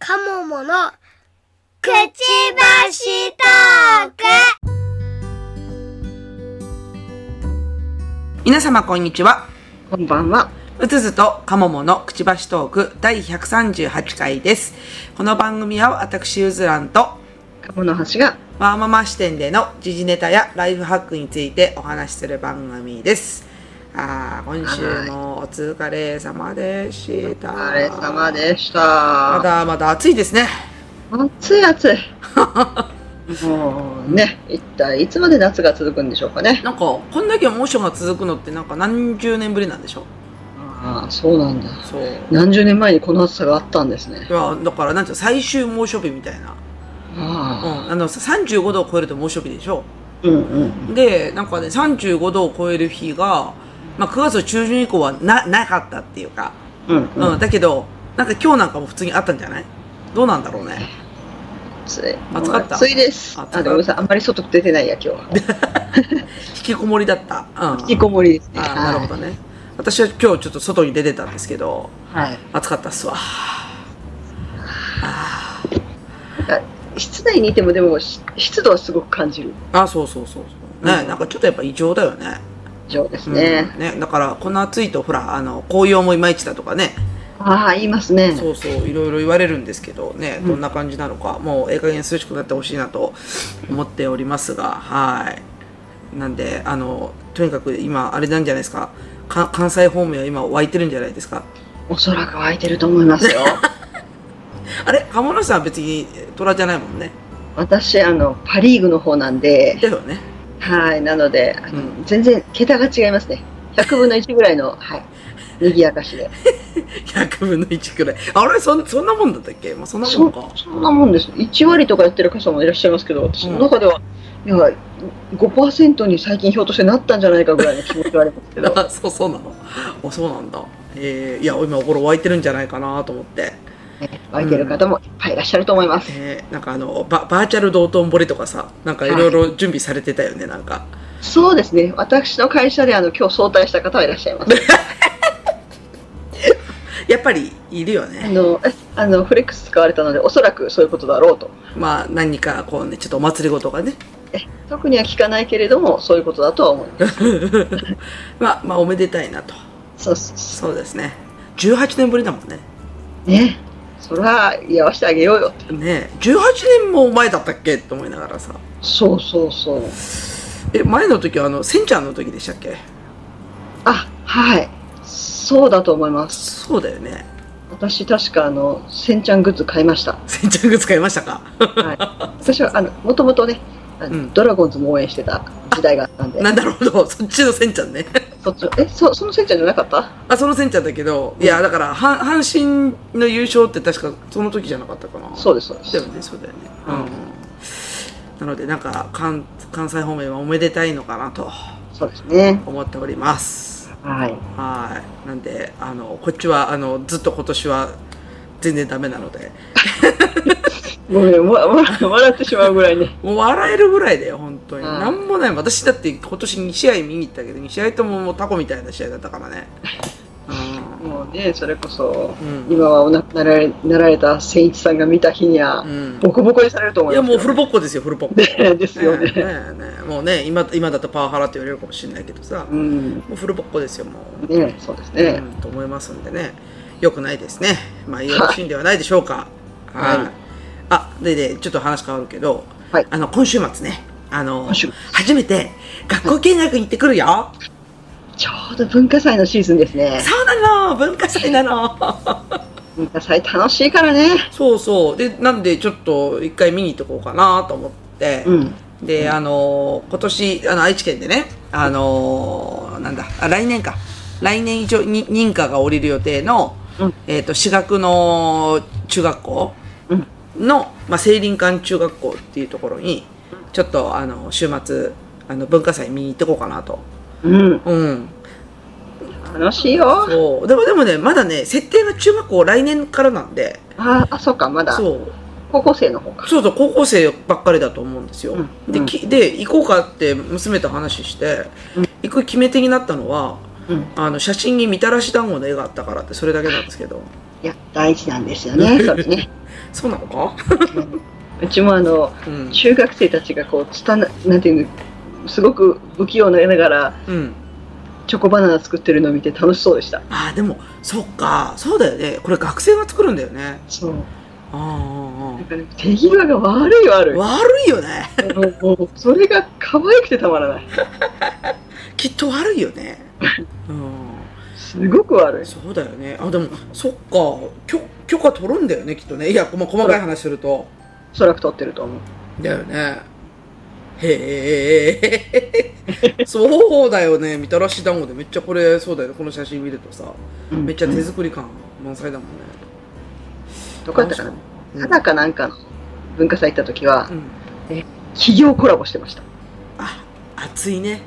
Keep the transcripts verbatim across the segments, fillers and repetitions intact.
カモモのくちばしトーク。 皆様こんにちは。 こんばんは。 うつづとカモモのくちばしトークだいひゃくさんじゅうはちかいです。この番組は私うずらんとカモの橋がワーママ視点での時事ネタやライフハックについてお話しする番組です。あー、今週もお疲れ様でした。 お疲れ様でした。 まだまだ暑いですね。 暑い暑い。もうね、一体いつまで夏が続くんでしょうかね。 なんかこんだけ猛暑が続くのってなんか何十年ぶりなんでしょ。 ああ、そうなんだ。 そう。 何十年前にこの暑さがあったんですね。 いやだからなんていうの、最終猛暑日みたいな。 あうん、あのさんじゅうごどを超えると猛暑日でしょ。 うんうんでなんかねさんじゅうごどを超える日が、まあ、くがつ中旬以降は な, なかったっていうか、 うんうん、 うん、だけどなんか今日なんかも普通にあったんじゃない？どうなんだろうね。 暑い。 暑かった。 暑いです。 暑かった。 あ、でもさ、あんまり外出てないや今日は。 引きこもりだった。うん、 引きこもりですね。 あ、なるほどね。私は今日ちょっと外に出てたんですけど、 はい、 暑かったっすわ。 あ室内にいてもでも湿度はすごく感じる。 あ、そうそうそうそうね、うん、なんかちょっとやっぱ異常だよね。 異常ですね。 うん、ね、だからこんな暑いとほらあの紅葉もいまいちだとかね。 ああ、言いますね。 そうそう、いろいろ言われるんですけどね、どんな感じなのか、うん、もうええ加減涼しくなってほしいなと思っておりますが、はい。なんであのとにかく今あれなんじゃないですか。か関西方面は今湧いてるんじゃないですか。 おそらく湧いてると思いますよ。 あれ、鴨野さんは別に虎じゃないもんね。 私あのパリーグの方なんで。 だよね。 はい、なので、 うん、 全然桁が違いますね。ひゃくぶんのいちぐらいの、はい、賑やかしで。 ひゃくぶんのいちくらい。あれ、そそんなもんだったっけ？まあ、そんなもんか。 そ、そんなもんです。いちわりとかやってる方もいらっしゃいますけど、私の中では、うん、いや ごパーセント に最近ひょっとしてなったんじゃないかぐらいの気持ちがありますけど。 あ、そうそうなの。あ、そうなんだ。えー、いや今お頃湧いてるんじゃないかなと思って。 湧いてる方もいっぱいいらっしゃると思います。 うん、えー、なんかあの バ, バーチャル道頓堀とかさ、なんかいろいろ準備されてたよね、はい、なんか。 そうですね。私の会社であの今日早退した方はいらっしゃいます。 やっぱりいるよね。 あのあのフレックス使われたのでおそらくそういうことだろうと。 まあ何かこうねちょっとお祭りごとがね。 え特には聞かないけれどもそういうことだとは思います。 まあまあおめでたいなと。 そうそうそう。 そうですね。じゅうはちねんぶりだもんね。 ね。そりゃ祝わしてあげようよってね。じゅうはちねんも前だったっけと思いながらさ。 そうそうそう。 え、前の時はあのせんちゃんの時でしたっけ？ あ、はい、そうだと思います。 そうだよね。 私確かあのせんちゃんグッズ買いました。 せんちゃんグッズ買いましたか？ はい。私はあのもともとね、あの、うん、ドラゴンズも応援してた時代があったんで。 なんだろうど、そっちのせんちゃんね。 そっちえ、そそのせんちゃんじゃなかった？あ、 そのせんちゃんだけど、うん、いやだからは阪神の優勝って確かその時じゃなかったかな。 そうですそうです。 だよね、そうだよね。うん。うん、なのでなんか関関西方面はおめでたいのかなと。 そうですね。 思っております。 はい。 はい。なんであのこっちはあのずっと今年は全然ダメなので。 ごめん、わわ笑ってしまうぐらいね。 もう笑えるぐらいだよ本当に。なんもない。私だって今年にしあい見に行ったけどにしあいとももうタコみたいな試合だったからね。 うん、もうね、それこそ、うん、今はお亡くなられなられた千一さんが見た日には、うん、ボコボコにされると思います。 いやもうフルボッコですよ、フルボッコ。 ね、ですよね。ねねねもうね、今今だとパワハラって言われるかもしれないけどさ、うん、もうフルボッコですよもう。 ね、そうですね、 うん。と思いますんでね、良くないですね。まあよろしいんではないでしょうか。はい。はい、あ、ででちょっと話変わるけど、はい、あの今週末ね、あの初めて学校見学に行ってくるよ。はい、 ちょうど文化祭のシーズンですね。 そうなの、文化祭なの。 文化祭楽しいからね。 そうそう。で、なんでちょっと一回見に行ってこうかなと思って、うん、で、あの今年あの愛知県でね、あのなんだ、あ来年か、来年一応に認可が下りる予定の、うん、えっと私学の中学校の、まあ聖林館中学校っていうところにちょっとあの週末あの文化祭見に行ってこうかなと。 うん、 うん、 楽しいよ。 そうでもでもねまだね設定が中学校来年からなんで。 ああ、そうか、まだそう高校生の方か。 そうそう、高校生ばっかりだと思うんですよ。うん、で、うん、で行こうかって娘と話して、うん、行く決め手になったのは、うん、あの写真にみたらし団子の絵があったからってそれだけなんですけど。 いや、大事なんですよね、それね。 そうなのか。 うちもあの、うん、中学生たちがこうつたな、なんていうの、すごく不器用ながら、うん、チョコバナナ作ってるのを見て楽しそうでした。 ああ、でもそっか、そうだよね。これ学生が作るんだよね。 そう。 ああ、 なんかね、手際が悪い悪い。 悪いよね。 もうそれが可愛くてたまらない。 きっと悪いよね。うん。 すごく悪い。 そうだよね。あ、でもそっか、許許可取るんだよね、きっとね。いや、まあ、細かい話すると。 おそらく取ってると思う。 だよね。へえ。そうだよね。みたらし団子でめっちゃこれそうだよね。この写真見るとさ、うん、めっちゃ手作り感満載だもんね。 どこやったかな。ただかなんかの文化祭行った時は、うん、え企業コラボしてました。 あ、熱いね。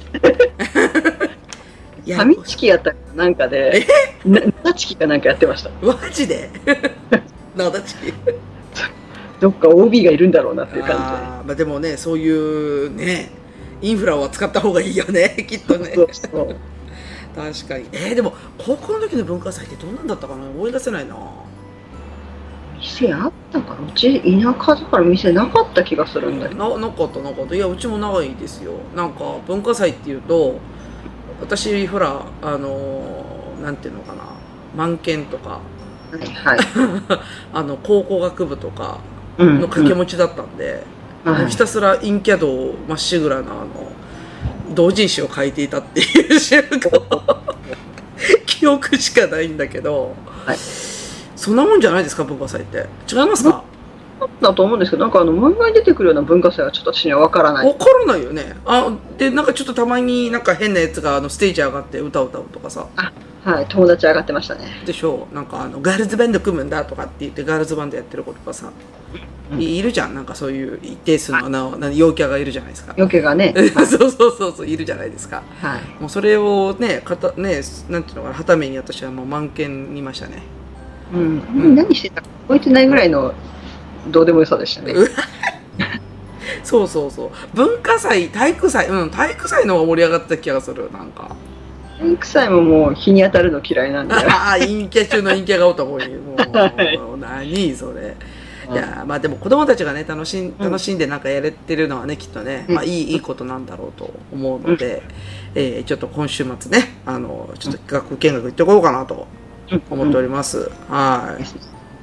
ファミチキやったかなんかで、ななチキかなんかやってました。 マジでななチキどっか オービー がいるんだろうなっていう感じで。 あ、まあ、でもね、そういうね、インフラを使った方がいいよね、きっとね。そうそう確かに。えー、でも高校の時の文化祭ってどんなんだったかな、思い出せないな。 店あったから、うち田舎だから店なかった気がするんだけど。 な、なかったなかった。いや、うちも長いですよ。なんか文化祭っていうと、私ほら、あのー、なんていうのかな、満研とか、 はい、 あの考古学部とかの掛け持ちだったんで、うんうん、ひたすら陰キャ道まっしぐらなあの同人誌を書いていたっていう瞬間記憶しかないんだけど、はい、そんなもんじゃないですか、文化祭って。違いますか？ だと思うんですけど、なんかあの漫画に出てくるような文化祭はちょっと私には分からない。 分からないよね。あ、でなんかちょっとたまになんか変なやつがあのステージ上がって歌を歌うとかさ。 あ、はい、友達上がってましたね。 でしょう。なんかあのガールズバンド組むんだとかって言ってガールズバンドやってる子とかさ、うん、いるじゃん。なんかそういう一定数のあの陽キャがいるじゃないですか。 陽キャがね。 そうそうそうそう、いるじゃないですか。はい。もうそれをね、かたね、なんていうのかな、はために私はもう満研見ましたね。 うん。うん、何してたか覚えてないぐらいのどうでもよさでしたね。 そうそうそう。文化祭、体育祭、うん、体育祭の方が盛り上がった気がする、なんか。 体育祭ももう日に当たるの嫌いなんで。 ああ、陰キャ中の陰キャがおった方がいい。もう、はい、何それ。いや、まあでも子供たちがね、楽しん、楽しんでなんかやれてるのはね、きっとね、うん、まあいい、いいことなんだろうと思うので、うん、えー、ちょっと今週末ね、あの、ちょっと学見学行ってこようかなと思っております。うん、はい。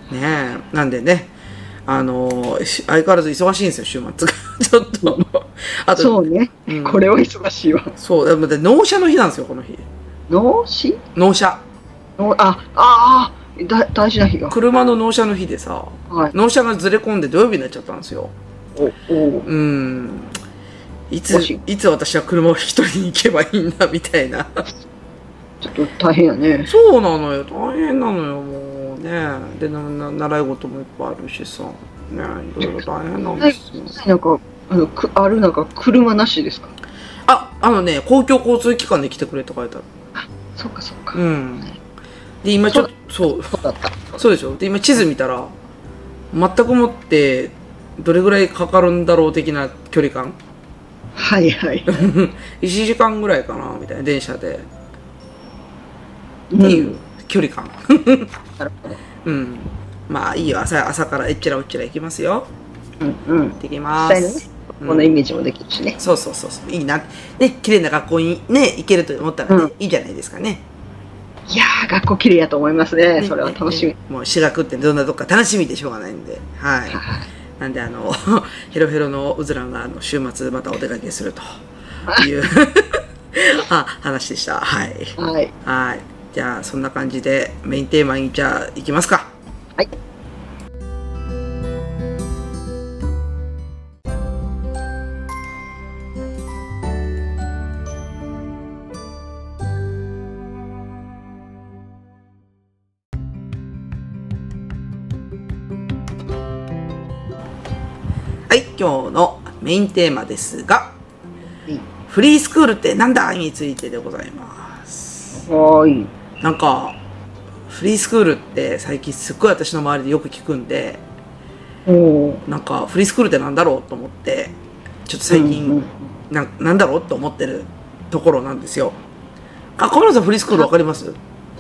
ねえ、なんでね、あのー、相変わらず忙しいんですよ、週末が。ちょっと。 あとそうね、うん。これは忙しいわ。 そう、でも納車の日なんですよ、この日。 納車納車。 あ、ああ、だ大事な日が。 車の納車の日でさ、はい、納車がずれ込んで土曜日になっちゃったんですよ。おおうん。いつ、いつ私は車を引き取りに行けばいいんだ、みたいな。 ちょっと大変やね。 そうなのよ、大変なのよ、もう。ね、でなな習い事もいっぱいあるしさ、ね、いろいろ大変なんですよ。 なんかあのくあるなんか車なしですか？ あ、あのね、公共交通機関で来てくれと書いてある。 あ、そうかそうか。 うん。で今ちょっとそうそうだったそうでしょ。で今地図見たら全くもってどれぐらいかかるんだろう的な距離感。 はいはい。 いちじかんぐらいかなみたいな電車で。っていう。うん距離感うん。まあいいよ、朝朝からえっちらおっちら行きますよ。うんうん。できます。 このイメージもできるしね、 うん。そうそうそうそう。いいな。ね、綺麗な学校にね、行けると思ったらね、うん、いいじゃないですかね。 いやー、学校綺麗やと思いますね。ねそれは楽しみ。ねね、もう私学ってどんなとこか楽しみでしょうがないんで。はい。なんであの、ヘロヘロのうずらんがあの週末またお出かけするというあ話でした。はい。はい。はい。じゃあそんな感じでメインテーマにじゃあいきますか。はい。はい、今日のメインテーマですが、うん、フリースクールってなんだについてでございます。はい。なんかフリースクールって最近すっごい私の周りでよく聞くんで、なんかフリースクールってなんだろうと思ってちょっと最近、うんうん、な, なんだろうと思ってるところなんですよ。あ、小村さんフリースクールわかります？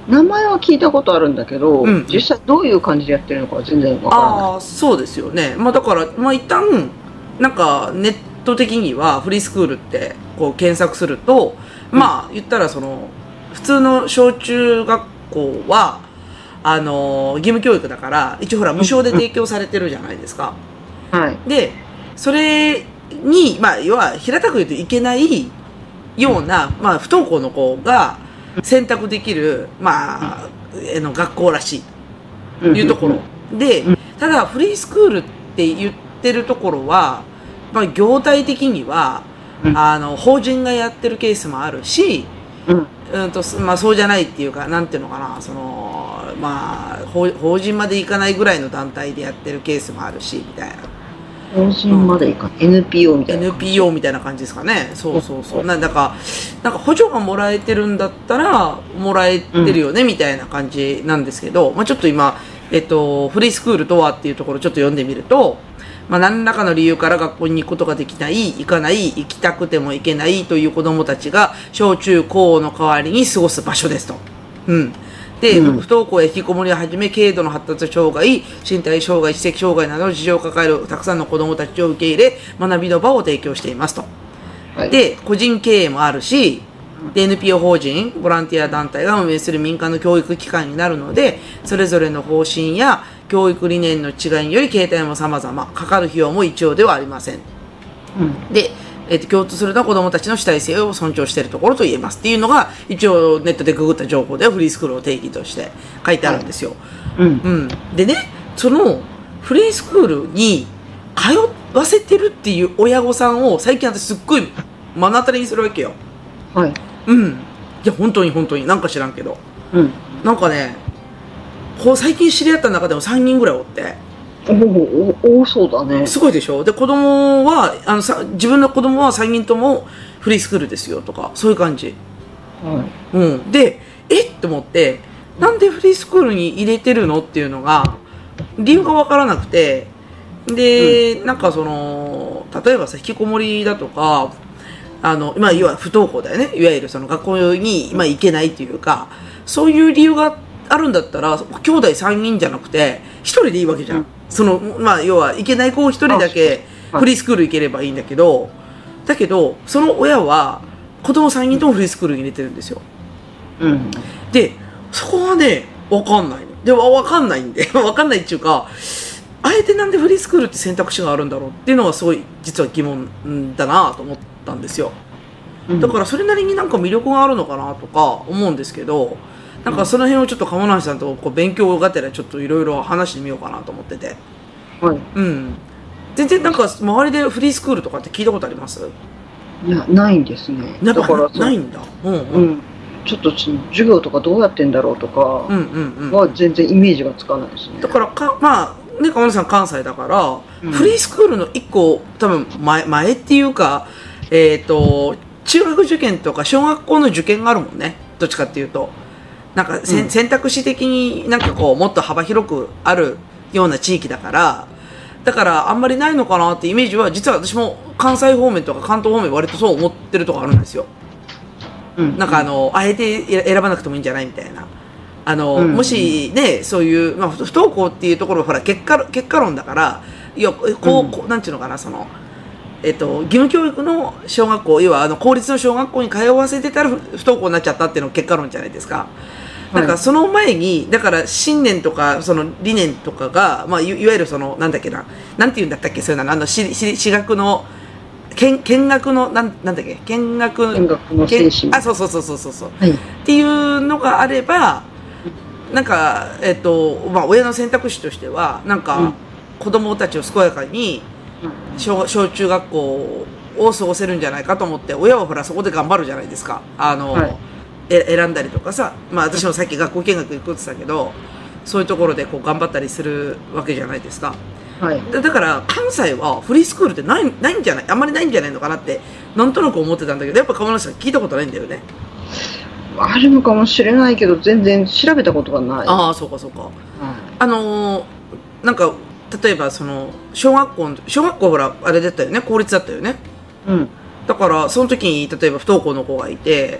名前は聞いたことあるんだけど、 うん、 実際どういう感じでやってるのかは全然わからない。 ああ、そうですよね。まあだから、まあ一旦、なんかネット的にはフリースクールってこう検索すると、まあ言ったらその、普通の小中学校は、あの、義務教育だから、一応ほら無償で提供されてるじゃないですか。 はい。 で、それに、まあ要は平たく言うといけないような、まあ不登校の子が選択できる、まあ、えの学校らしいというところ。で、ただフリースクールって言ってるところは、まあ業態的には、あの、法人がやってるケースもあるし、うんと、まあそうじゃないっていうか、なんていうのかな、その、まあ、法法人まで行かないぐらいの団体でやってるケースもあるし、みたいな。 法人までいかない、うん、エヌピーオー みたいなエヌピーオー みたいな感じですかね。そうそうそう。なんだか、なんか補助がもらえてるんだったら、もらえてるよね、うん、みたいな感じなんですけど、まあちょっと今、えっと、フリースクールとはっていうところをちょっと読んでみると、まあ何らかの理由から学校に行くことができない、行かない、行きたくても行けないという子供たちが、小中高の代わりに過ごす場所ですと。うん。で、うん、不登校や引きこもりをはじめ、軽度の発達障害、身体障害、知的障害などの事情を抱えるたくさんの子供たちを受け入れ、学びの場を提供していますと。はい、で、個人経営もあるし、で、エヌピーオー 法人、ボランティア団体が運営する民間の教育機関になるので、それぞれの方針や教育理念の違いにより形態も様々、かかる費用も一様ではありません。うん、で、えっと、共通するのは子供たちの主体性を尊重しているところと言えますっていうのが、一応ネットでググった情報ではフリースクールを定義として書いてあるんですよ。はい、うん。うん。でね、そのフリースクールに通わせてるっていう親御さんを最近私すっごい目の当たりにするわけよ。はい。うん。いや、本当に本当になんか知らんけど。うん。なんかね、こう最近知り合った中でもさんにんぐらいおって。 おお、多そうだね。 すごいでしょ。で、子供は、あのさ、自分の子供はさんにんともフリースクールですよとか、そういう感じ。はい。うん。で、えって思って、なんでフリースクールに入れてるのっていうのが、理由がわからなくて、で、うん、なんかその、例えばさ、引きこもりだとか、あの、まあ、いわゆる不登校だよね。いわゆるその学校に、まあ、行けないというか、そういう理由があるんだったら、兄弟さんにんじゃなくて、ひとりでいいわけじゃん。うん、その、まあ、要は、行けない子を一人だけフリースクール行ければいいんだけど、だけど、その親は、子供さんにんともフリースクールに入れてるんですよ。うん。で、そこはね、わかんない。でも、わかんないんで、わかんないっていうか、あえてなんでフリースクールって選択肢があるんだろうっていうのはすごい、実は疑問だなと思ったんですよ。だから、それなりになんか魅力があるのかなとか思うんですけど、なんかその辺をちょっと鴨梨さんとこう勉強がてらちょっといろいろ話してみようかなと思ってて。はい。うん。全然なんか周りでフリースクールとかって聞いたことあります？ いや、ないんですね。 だからないんだ。うん、うん、 うん。ちょっと授業とかどうやってんだろうとかは全然イメージがつかないですね。 だからか、まあ、ね、鴨梨さん関西だから、うん、フリースクールの一個多分前、前っていうか、えっと、中学受験とか小学校の受験があるもんね。どっちかっていうと。なんか、うん、選択肢的になんかこうもっと幅広くあるような地域だからだからあんまりないのかなってイメージは実は私も関西方面とか関東方面割とそう思ってるとこあるんですよ、うん、なんかあのあえて選ばなくてもいいんじゃないみたいなあの、うん、もしねそういう、まあ、不登校っていうところはほら結果結果論だからいやこう、こうなんていうのかなそのえっと、義務教育の小学校要はあの公立の小学校に通わせてたら不登校になっちゃったっていうのが結果論じゃないですか。なんかその前にだから信念とかその理念とかが、まあ、い, いわゆるそのなんだっけななんて言うんだったっけそういうのあの私私学の見見学のなんなんだっけ見学見学の精神あそうそうそうそうそうそう、はい、っていうのがあればなんかえっとまあ親の選択肢としてはなんか、うん、子供たちを健やかに小, 小中学校を過ごせるんじゃないかと思って親はほらそこで頑張るじゃないですかあの、はい、え選んだりとかさ、まあ、私もさっき学校見学行くって言ったけどそういうところでこう頑張ったりするわけじゃないですか、はい、だ, だから関西はフリースクールってないないんじゃないあんまりないんじゃないのかなってなんとなく思ってたんだけどやっぱ鴨梨さん聞いたことないんだよね。 あるのかもしれないけど全然調べたことがない。 ああそうかそうか、うん、あのー、なんか例えばその小学校小学校ほらあれだったよね公立だったよね、うん、だからその時に例えば不登校の子がいて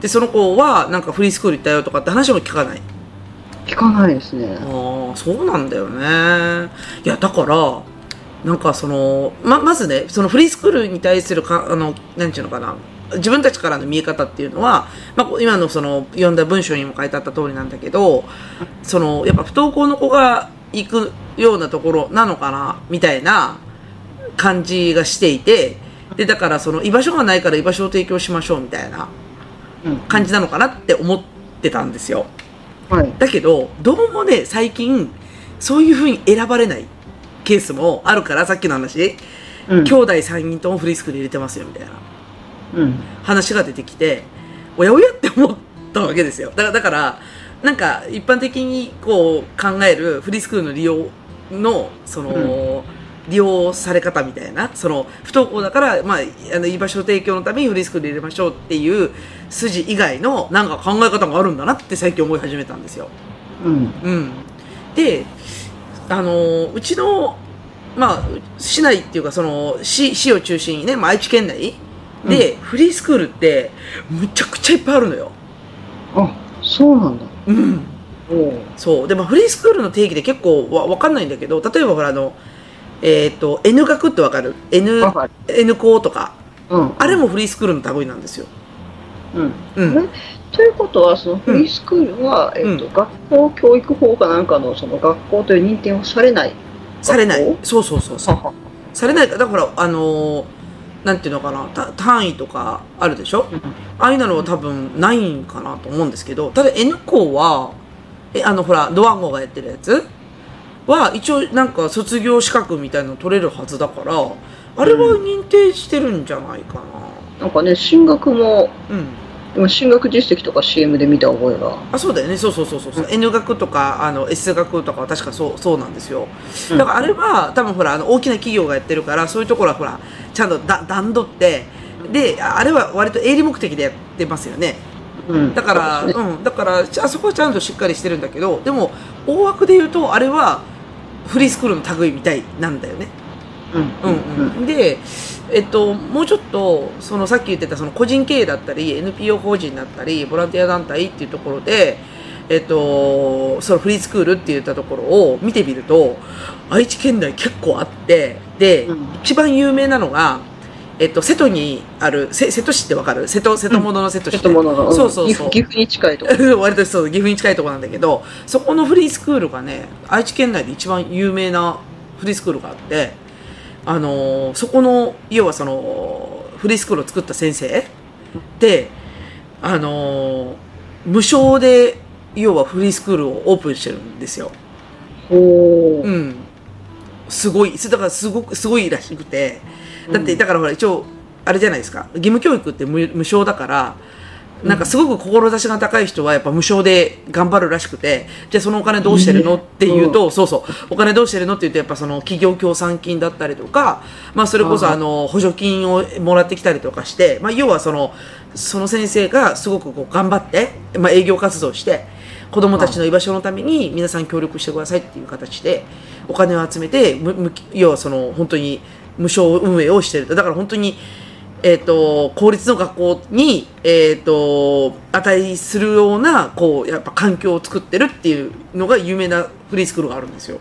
で、その子はなんかフリースクール行ったよとかって話も聞かない。 聞かないですね。 ああ、そうなんだよね。いや、だから、なんかその、ま、まずね、そのフリースクールに対するか、あの、なんていうのかな、自分たちからの見え方っていうのは、まあ、今のその、読んだ文章にも書いてあった通りなんだけど、その、やっぱ不登校の子が行くようなところなのかな、みたいな感じがしていて、で、だからその、居場所がないから居場所を提供しましょうみたいな感じなのかなって思ってたんですよ。 はい、 だけど、どうもね、最近、そういう風に選ばれないケースもあるから、さっきの話、うん、兄弟さんにんともフリースクール入れてますよ、みたいな、うん、話が出てきて、おやおやって思ったわけですよ。だから、だからなんか、一般的にこう考えるフリースクールの利用の、その、うん利用され方みたいな、その、不登校だから、まあ、あの、居場所提供のためにフリースクール入れましょうっていう筋以外の、なんか考え方があるんだなって最近思い始めたんですよ。うん。うん。で、あの、うちの、まあ、市内っていうか、その、市、市を中心にね、まあ、愛知県内で、フリースクールって、むちゃくちゃいっぱいあるのよ。 あ、そうなんだ。 うん。そう。でも、フリースクールの定義で結構わ、わかんないんだけど、例えばほら、あの、えっ、ー、と、N 学ってわかる ?N、N 校とか、うん。あれもフリースクールの類なんですよ。 うん。うん。ということは、そのフリースクールは、うん、えっ、ー、と、学校教育法かなんかの、その学校という認定をされないされない。そうそうそうそう。されないから、だから、あのー、なんていうのかな、単位とかあるでしょ、うん、ああいうのは多分ないんかなと思うんですけど、ただ N 校は、え、あの、ほら、ドワンゴがやってるやつは一応なんか卒業資格みたいなの取れるはずだから、あれは認定してるんじゃないかな。 うん、なんかね、進学も、うん、進学実績とか シーエム で見た覚えが。 あ、そうだよね。そうそうそうそう。うん、N 学とか、あの、S 学とかは確かそう、そうなんですよ。だからあれは、多分ほら、あの、大きな企業がやってるから、そういうところはほら、ちゃんとだ段取って、で、あれは割と営利目的でやってますよね。うん、だから、うね、うん、だから、あそこはちゃんとしっかりしてるんだけど、でも、大枠で言うと、あれは、フリースクールの類みたいなんだよね。うんうんうん。で、えっと、もうちょっと、そのさっき言ってたその個人経営だったり、エヌピーオー 法人だったり、ボランティア団体っていうところで、えっと、そのフリースクールって言ったところを見てみると、愛知県内結構あって、で、うん、一番有名なのが、えっと、瀬戸にある、瀬戸市ってわかる瀬戸、瀬戸物の瀬戸市、ね。瀬戸物の。そうそうそう。 岐阜に近いところ。 割とそう、岐阜に近いところなんだけど、そこのフリースクールがね、愛知県内で一番有名なフリースクールがあって、あのー、そこの、要はその、フリースクールを作った先生で、あのー、無償で、要はフリースクールをオープンしてるんですよ。 ほー。 うん。すごい、だからすごく、すごいらしくて、だって、だからほら、一応、あれじゃないですか。義務教育って無、無償だから、なんかすごく志が高い人はやっぱ無償で頑張るらしくて、じゃあそのお金どうしてるのって言うと、そうそう、お金どうしてるのって言うと、やっぱその企業協賛金だったりとか、まあそれこそあの、補助金をもらってきたりとかして、まあ要はその、その先生がすごくこう頑張って、まあ営業活動して、子供たちの居場所のために皆さん協力してくださいっていう形で、お金を集めて、要はその、本当に、無償運営をしていると。だから本当に、えっ、ー、と、公立の学校に、えっ、ー、と、値するような、こう、やっぱ環境を作ってるっていうのが有名なフリースクールがあるんですよ。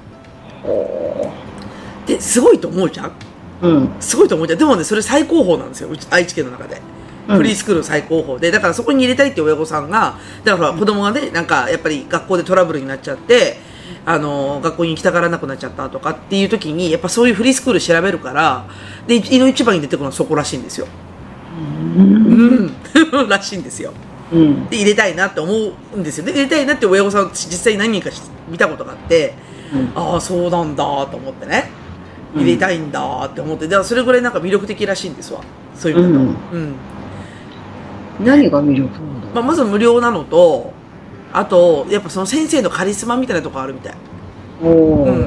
で、すごいと思うじゃん。うん。すごいと思うじゃん。でもね、それ最高峰なんですよ。うち愛知県の中で。うん、フリースクール最高峰で。だからそこに入れたいって親御さんが、だから子供がね、なんかやっぱり学校でトラブルになっちゃって、あの、学校に行きたがらなくなっちゃったとかっていう時に、やっぱそういうフリースクール調べるから、で、胃の一番に出てくるのはそこらしいんですよ。うん。うん。らしいんですよ。うん。で、入れたいなって思うんですよ。で、入れたいなって親御さん、実際何人か見たことがあって、うん、ああ、そうなんだと思ってね。入れたいんだって思って、だからそれぐらいなんか魅力的らしいんですわ。そういうこと。うん。うん、 何が魅力なんだろう。 まあ、まず無料なのと、あと、やっぱその先生のカリスマみたいなとこあるみたい。うん。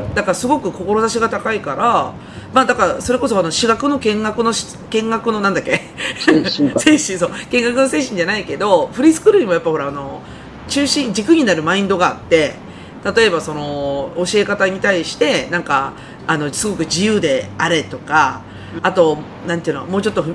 だからすごく志が高いから、まあだからそれこそあの、私学の見学の、見学のなんだっけ精神、そう。見学の精神じゃないけど、フリースクールにもやっぱほらあの、中心、軸になるマインドがあって、例えばその、教え方に対して、なんか、あの、すごく自由であれとか、あと、なんていうの、もうちょっと、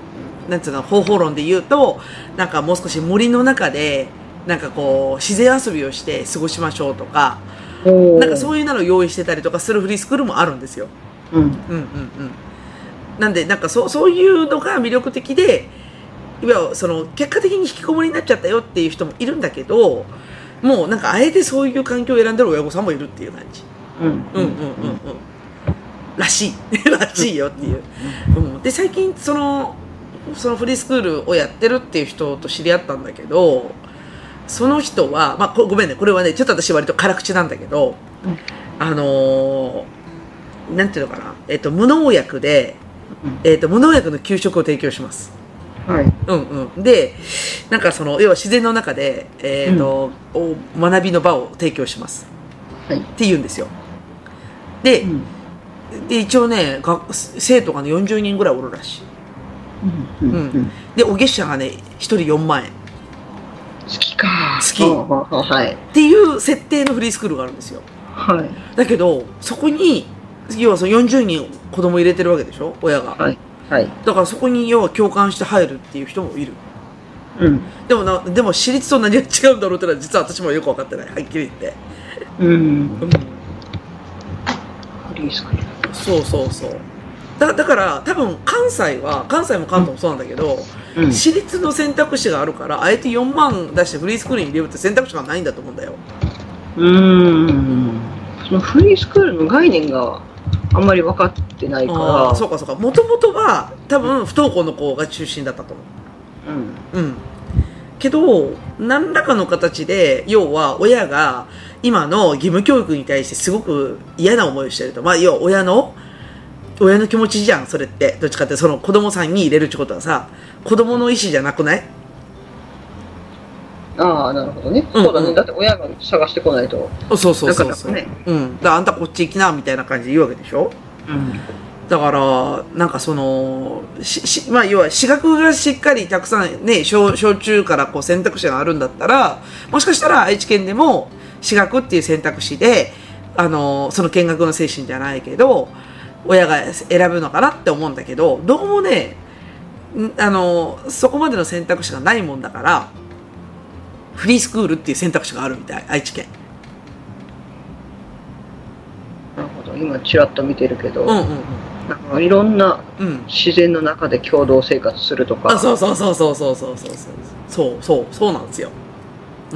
なんつうの、方法論で言うと、なんかもう少し森の中で、なんかこう、自然遊びをして過ごしましょうとか、なんかそういうのを用意してたりとかするフリースクールもあるんですよ。うん。うんうんうん。なんで、なんかそう、そういうのが魅力的で、いわゆるその、結果的に引きこもりになっちゃったよっていう人もいるんだけど、もうなんかあえてそういう環境を選んでる親御さんもいるっていう感じ。うん。うんうんうんうん。らしい。らしいよっていう。うん。で、最近その、そのフリースクールをやってるっていう人と知り合ったんだけど、その人は、まあ、ごめんね、これはね、ちょっと私割と辛口なんだけど、うん、あのー、なんていうのかな、えっと、無農薬で、えっと、無農薬の給食を提供します。はい。うんうん。で、なんかその、要は自然の中で、えっと、うん、学びの場を提供します。はい。って言うんですよ。で、うん、で一応ね、生徒がね、よんじゅうにんぐらいおるらしい。うん。うん。で、お月謝がね、ひとりよんまんえん。 月か。 月。はい。っていう設定のフリースクールがあるんですよ。はい。だけど、そこに、要はそのよんじゅうにん子供入れてるわけでしょ親が。はい。はい。だからそこに要は共感して入るっていう人もいる。うん。でもな、でも私立と何が違うんだろうってのは実は私もよく分かってない。はっきり言って。うん。うん。フリースクール。そうそうそう。だ, だから多分関西は、関西も関東もそうなんだけど、うん、私立の選択肢があるから、あえてよんまん出してフリースクールに入れるって選択肢がないんだと思うんだよ。うーん。そのフリースクールの概念があんまり分かってないから。 あ、そうかそうか。もともとは多分不登校の子が中心だったと思う。うん。うん。けど、何らかの形で、要は親が今の義務教育に対してすごく嫌な思いをしてると。まあ、要は親の、親の気持ちじゃん、それって。どっちかって、その子供さんに入れるってことはさ、子供の意思じゃなくない？ ああ、なるほどね。うんうん、そうだね。だって親が探してこないと。 そうそうそうそう。ね、うん。だからあんたこっち行きな、みたいな感じで言うわけでしょ？うん。だから、なんかその、し、し、まあ、要は、私学がしっかりたくさんね、小、小中からこう選択肢があるんだったら、もしかしたら愛知県でも、私学っていう選択肢で、あの、その見学の精神じゃないけど、親が選ぶのかなって思うんだけど、どうもね、あの、そこまでの選択肢がないもんだから、フリースクールっていう選択肢があるみたい、愛知県。 なるほど、今ちらっと見てるけど、うんうんうん、なんかいろんな自然の中で共同生活するとか。 うん、あ、そうそうそうそうそうそうそうそうそうそうなんですよ。うん。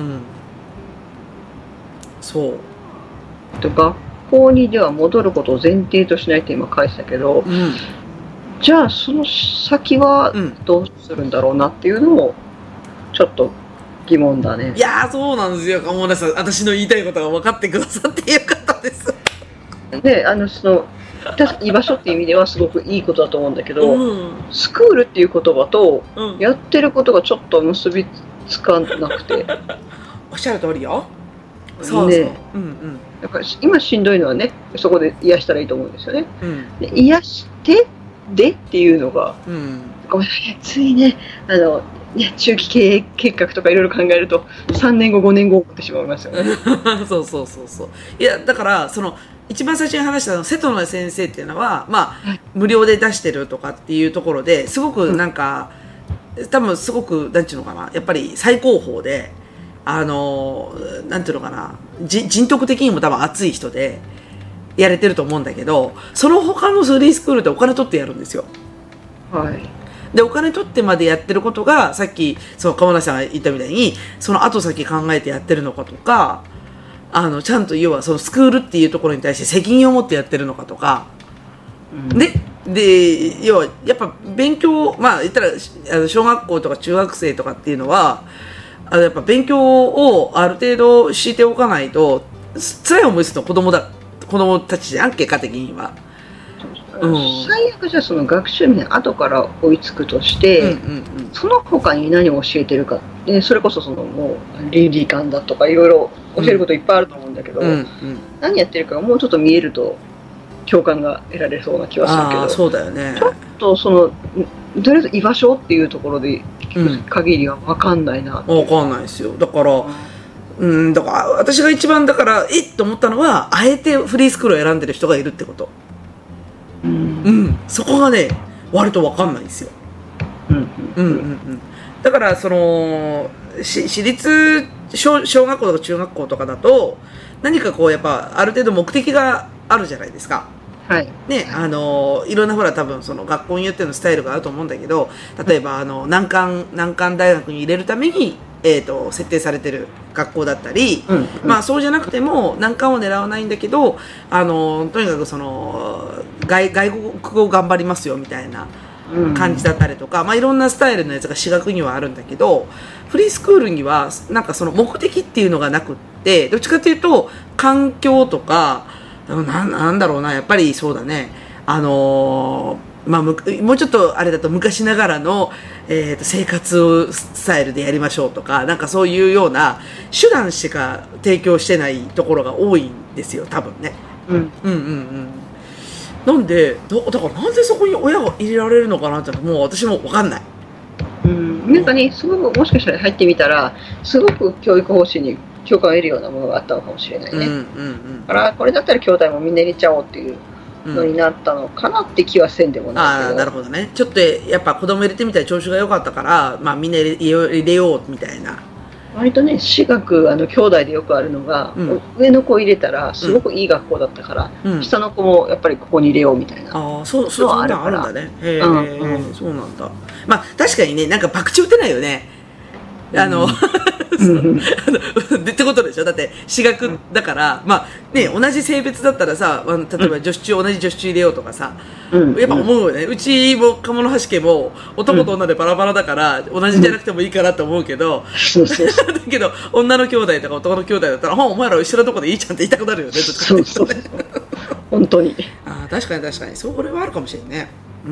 そう。 とか。学校にでは戻ることを前提としないって今書いてたけど、うん、じゃあその先はどうするんだろうなっていうのもちょっと疑問だね。 いやー、そうなんですよ。鴨田さん、私の言いたいことが分かってくださってよかったです。 で、あのその居場所っていう意味ではすごくいいことだと思うんだけど、うん、スクールっていう言葉とやってることがちょっと結びつかなくて。 おっしゃる通りよ。そうそう、ね、うんうん、 だから今しんどいのはね、そこで癒したらいいと思うんですよね、うん、で癒してでっていうのが、うん、ごめんなさい、ついね、あのね、中期経営計画とかいろいろ考えるとさんねんごごねんご思ってしまいますよね。 そうそうそうそう。いやだからその一番最初に話したの瀬戸の先生っていうのは、まあ、はい、無料で出してるとかっていうところですごくなんか、うん、多分すごくなんていうのかな、やっぱり最高峰で、あの、なんていうのかな、人徳的にも多分熱い人でやれてると思うんだけど、その他のフリースクールってお金取ってやるんですよ。はい。で、お金取ってまでやってることが、さっき、その鴨梨さんが言ったみたいに、その後先考えてやってるのかとか、あの、ちゃんと要はそのスクールっていうところに対して責任を持ってやってるのかとか、うん、で、で、要は、やっぱ勉強、まあ言ったら、小学校とか中学生とかっていうのは、あのやっぱ勉強をある程度しておかないと辛い思いするの子供だ子供たちじゃん、結果的には。 うん、最悪じゃあその学習に後から追いつくとして、うんうんうん、その他に何を教えてるか、でそれこそそのもう倫理観だとかいろいろ教えることいっぱいあると思うんだけど、うんうん、何やってるかがもうちょっと見えると共感が得られそうな気はするけど、 あ、そうだよね、 ちょっとそのとりあえず居場所っていうところで聞く限りは分かんないな、 うん、分かんないですよ。だから、うん、だから私が一番だからえっと思ったのは、あえてフリースクールを選んでる人がいるってこと、うん、うん、そこがね割と分かんないんですよ。 うんうんうんうん。だからそのし私立小小学校とか中学校とかだと何かこうやっぱある程度目的があるじゃないですか。 はい。 ね、あのいろんなほら多分その学校によってのスタイルがあると思うんだけど、例えばあの難関難関大学に入れるためにえー、と設定されてる学校だったり、うんうん、まあそうじゃなくても難関を狙わないんだけど、あのとにかくその 外, 外国語を頑張りますよみたいな感じだったりとか、うん、まあいろんなスタイルのやつが私学にはあるんだけど、フリースクールにはなんかその目的っていうのがなくって、どっちかというと環境とか な, なんだろうな、やっぱりそうだね、あのーまあ、もうちょっとあれだと昔ながらの、えー、と生活スタイルでやりましょうとか、なんかそういうような手段しか提供してないところが多いんですよ、多分ね。うん、うんうんうんなんでだからなんでそこに親が入れられるのかなってもう私も分かんない。 うん、なんかね、すごくもしかしたら入ってみたらすごく教育方針に共感を得るようなものがあったのかもしれないね。うんうんうん、だからこれだったら兄弟もみんな入れちゃおうっていうのになったのかなって気はせんでもないけど、 うん、ああなるほどね。ちょっとやっぱ子供入れてみたら調子が良かったから、まあ、みんな入れ、入れようみたいな。 割とね私学あの兄弟でよくあるのが、うん、上の子入れたらすごくいい学校だったから、うん、下の子もやっぱりここに入れようみたいな。 ああそうそうあるんだね。へえ、うんうん、そうなんだ。まあ確かにね、なんか博打打てないよね。あの、うんってことでしょ。だって私学だから、まあね、同じ性別だったらさ、例えば女子中同じ女子中入れようとかさ、うん、やっぱ思うよね。うちも鴨の橋家も男と女でバラバラだから、同じじゃなくてもいいかなと思うけど、だけど女の兄弟とか男の兄弟だったら、お前ら一緒のとこでいいじゃんって言いたくなるよね。 そうそうそう本当に。 あ確かに確かにそれはあるかもしれんね。うん。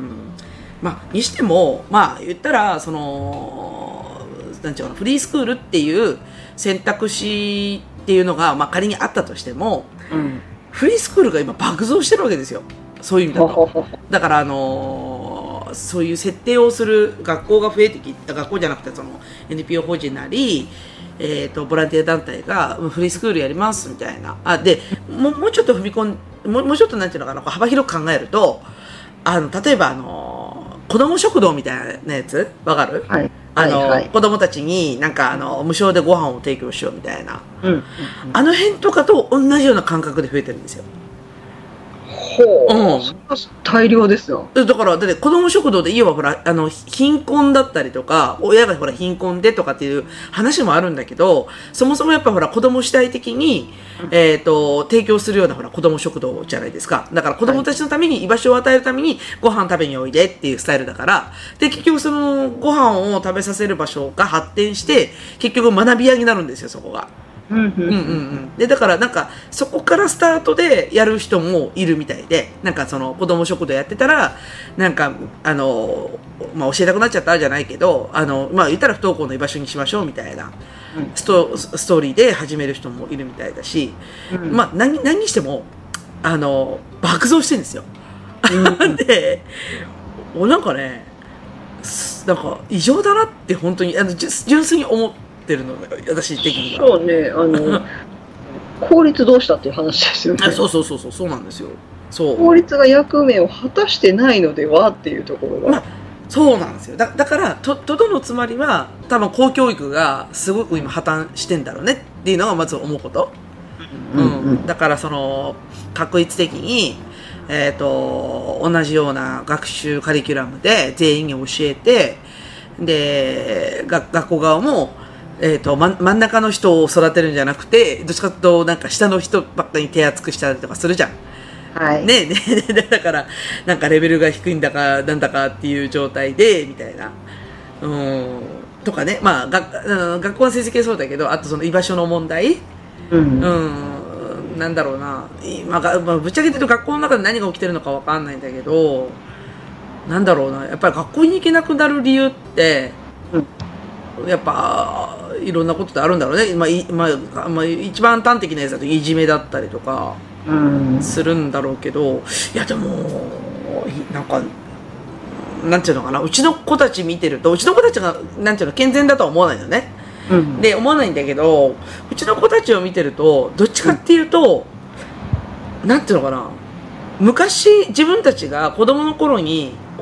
まあにしてもまあ言ったらその。なんていうのフリースクールっていう選択肢っていうのが、まあ、仮にあったとしても、うん、フリースクールが今爆増してるわけですよ。そういう意味だと。だから、あのー、そういう設定をする学校が増えてきた、学校じゃなくてその エヌピーオー 法人なり、えーと、ボランティア団体がフリースクールやりますみたいな。あでもう、もうちょっと踏み込んもう、もうちょっとなんていうのかな、幅広く考えると、あの例えば、あのー、子ども食堂みたいなやつわかる？はいあの、はいはい、子供たちになんかあの無償でご飯を提供しようみたいな、うんうんうん、あの辺とかと同じような感覚で増えてるんですよ。 ほう、うん、大量ですよ。 だからだって子供食堂で言えばほらあの貧困だったりとか親がほら貧困でとかっていう話もあるんだけど、そもそもやっぱほら子供主体的に、えーと、提供するようなほら子供食堂じゃないですか。だから子供たちのために居場所を与えるためにご飯食べにおいでっていうスタイルだから、で結局そのご飯を食べさせる場所が発展して結局学び屋になるんですよ、そこが。うんうんうんうん、でだからなんかそこからスタートでやる人もいるみたいで、なんかその子供食堂やってたらなんかあの、まあ、教えたくなっちゃったじゃないけど、あの、まあ、言ったら不登校の居場所にしましょうみたいなス ト, ストーリーで始める人もいるみたいだし、うん、まあ 何, 何にしてもあの爆増してるんですよ。うん、でなんかねなんか異常だなって本当にあの純粋に思っててるの私的には。 そうね、あの効率どうしたっていう話ですよね。 そうそうそうそうそうなんですよ。そう効率が役目を果たしてないのではっていうところが、まあ、 そうなんですよ。だ, だからととどのつまりは多分公教育がすごく今破綻してんだろうねっていうのがまず思うこと、うんうんうん、だからその確率的にえーと同じような学習カリキュラムで全員に教えて、で学校側もえーと、ま、真ん中の人を育てるんじゃなくてどっちかというとなんか下の人ばっかりに手厚くしたりとかするじゃん。はいねね、だからなんかレベルが低いんだかなんだかっていう状態でみたいなうんとかね、まあが学校の成績はそうだけど、あとその居場所の問題、うん、うんなんだろうな、まあ、まあ、ぶっちゃけて言うと学校の中で何が起きてるのかわかんないんだけど、なんだろうな、やっぱり学校に行けなくなる理由って、うん、やっぱいろんなことってあるんだろうね。まあいまあまあ、一番端的なやつだといじめだったりとかするんだろうけど、いやでもなんかなんていうのかな、うちの子たち見てると、うちの子たちがなんていうの健全だとは思わないのね、うん、で思わないんだけど、うちの子たちを見てるとどっちかっていうと、うん、なんていうのかな、昔自分たちが子供の頃に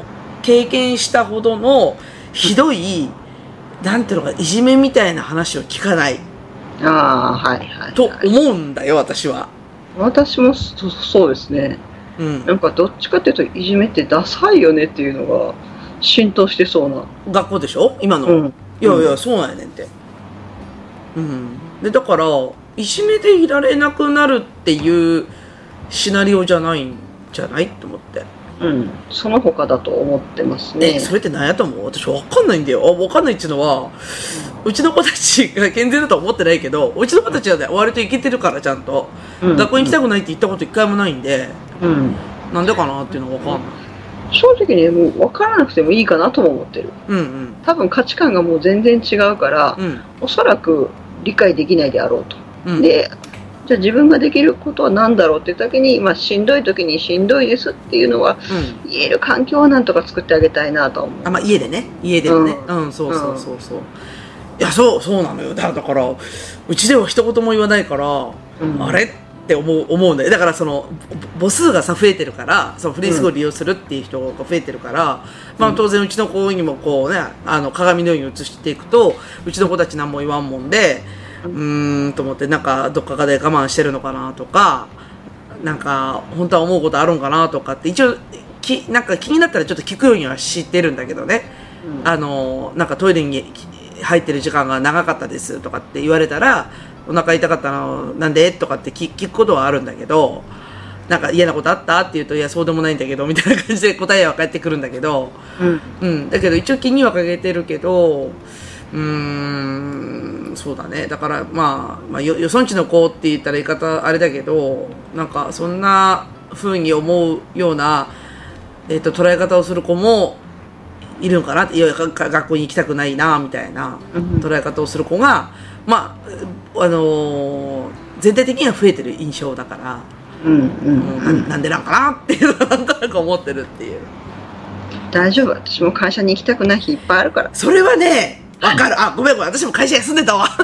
経験したほどのひどい、なんていうのか、いじめみたいな話を聞かない。 ああ、はいはい、はい。 と思うんだよ、私は。 私もそそうですね。うん。なんかどっちかっていうと、いじめってダサいよねっていうのが浸透してそうな。 学校でしょ今の。うん、いやいや、そうなんやねんって。うん。で、だから、いじめでいられなくなるっていうシナリオじゃないんじゃないと思って。 うん。その他だと思ってますね。 え、それって何やと思う？私わかんないんだよ。わかんないっていうのは、うん、うちの子たちが健全だとは思ってないけど、うちの子たちはね、割といけてるから、ちゃんと。うん、学校に行きたくないって言ったこと一回もないんで、うん。なんでかなっていうのはわかんない。 正直にもう分からなくてもいいかなとも思ってる。うんうん。多分価値観がもう全然違うから、うん、おそらく理解できないであろうと。うん、で、じゃあ自分ができることは何だろうっていう時に、まあ、しんどい時にしんどいですっていうのは、うん、言える環境はなんとか作ってあげたいなと思う。 あ、まあ、家でね。家でもね。うん、うん、そうそうそうそう。うん、いや、そう、そうなのよ。だから、うちでは一言も言わないから、うん、あれって思う、思うんだよ。だからその、母数がさ、増えてるから、そのフリースクール利用するっていう人が増えてるから、うん、まあ当然うちの子にもこうね、あの、鏡のように映していくと、うちの子たち何も言わんもんで、うーんと思って、なんかどっかで我慢してるのかなとか、なんか本当は思うことあるんかなとかって、一応、き、なんか気になったらちょっと聞くようにはしてるんだけどね。うん、あの、なんかトイレに入ってる時間が長かったですとかって言われたら、お腹痛かったのなんでとかって聞くことはあるんだけど、なんか嫌なことあったって言うと、いやそうでもないんだけどみたいな感じで答えは返ってくるんだけど、うん、うん、だけど一応気にはかけてるけど、うーん、そうだね。だからまあ、まあ、よよそんちの子って言ったら言い方あれだけど、なんかそんな風に思うような、えっと捉え方をする子もいるのかなって、いや学校に行きたくないなみたいな捉え方をする子が、まあ、あのー、全体的には増えてる印象だから、うんうんうん、な, なんでなんかなっていうのはなんとなく思ってるっていう。 大丈夫、私も会社に行きたくない日いっぱいあるから。 それはね、わかる。あ、ごめんごめん、私も会社休んでたわ。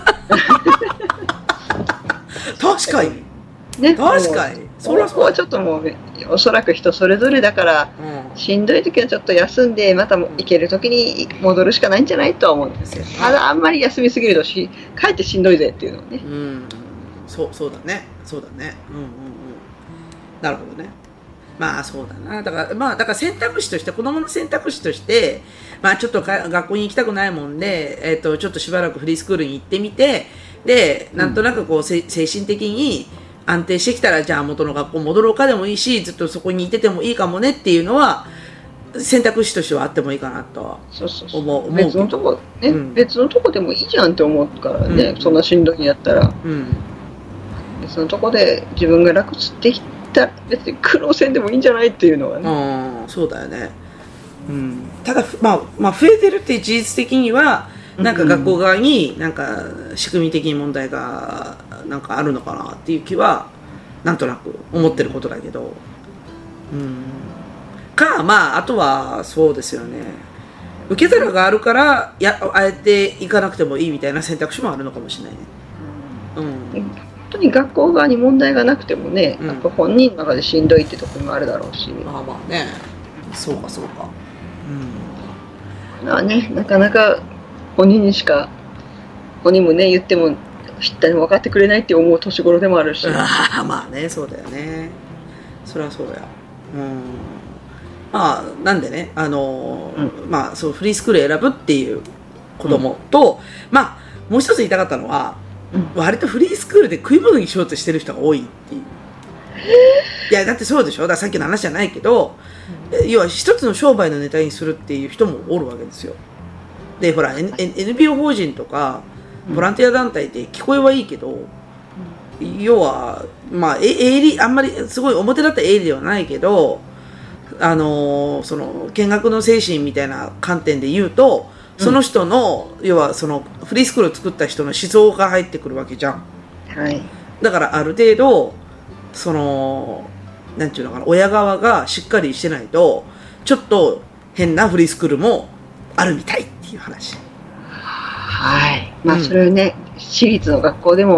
確かに。ね、確かに。 それはちょっともう、おそらく人それぞれだから、うん、しんどい時はちょっと休んで、また行ける時に戻るしかないんじゃないとは思うんですよ。ただあんまり休みすぎるとし、かえってしんどいぜっていうのね。 うん。そう、そうだね。そうだね。うんうんうん。なるほどね。まあそうだな。だから、まあだから選択肢として、子供の選択肢として、まあちょっとか学校に行きたくないもんで、えっと、ちょっとしばらくフリースクールに行ってみて、で、なんとなくこう、うん、精神的に安定してきたら、じゃあ元の学校戻ろうかでもいいし、ずっとそこにいててもいいかもねっていうのは、選択肢としてはあってもいいかなとは思う。そうそうそう思う。 別のとこ、ね、うん、別のとこでもいいじゃんって思うからね、うん、そんなしんどいんやったら。うん、別のとこで自分が楽できたら、別に苦労せんでもいいんじゃないっていうのはね。 うん、そうだよね。うん、ただ、まあ、まあ、増えてるって事実的には、なんか学校側になんか仕組み的に問題がなんかあるのかなっていう気はなんとなく思ってることだけど、うん、かまああとはそうですよね、受け皿があるからやあえて行かなくてもいいみたいな選択肢もあるのかもしれないね。 うん、本当に学校側に問題がなくてもね、うん、やっぱ本人の中でしんどいってところもあるだろうし、 まあまあね、そうかそうか、 うん、まあね、なかなか本人にしか、本人もね言っても知ったに分かってくれないって思う年頃でもあるし。 あまあね、そうだよね。それはそうや。うん。まあなんでね、あの、うん、まあそうフリースクール選ぶっていう子供と、うん、まあもう一つ言いたかったのは、うん、割とフリースクールで食い物にしようとしてる人が多いっていう。いやだってそうでしょ。だからさっきの話じゃないけど、うん、要は一つの商売のネタにするっていう人もおるわけですよ。でほら Nピーオー 法人とかボランティア団体って聞こえはいいけど、うん、要はまあ営利あんまりすごい表立った営利ではないけど、あのー、その見学の精神みたいな観点で言うと、その人の、うん、要はそのフリースクールを作った人の思想が入ってくるわけじゃん。はい。だからある程度そのなんていうのかな、親側がしっかりしてないとちょっと変なフリースクールもあるみたいっていう話。 はい。まあそれはね、うん、私立の学校でも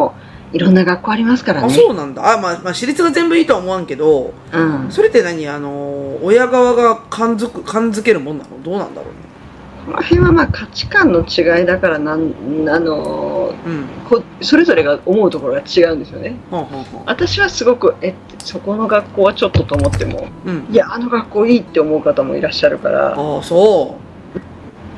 いろんな学校ありますからね。 あ、そうなんだ。あ、まあ、まあ、私立が全部いいとは思わんけど、うん、それって何あの、親側が感づく、感づけるもんなの？どうなんだろうね。 この辺はまあ価値観の違いだからなん、あの、うん、こそれぞれが思うところが違うんですよね。はんはんはん、私はすごく、え、そこの学校はちょっとと思っても、うん、いや、あの学校いいって思う方もいらっしゃるから。 ああ、そう。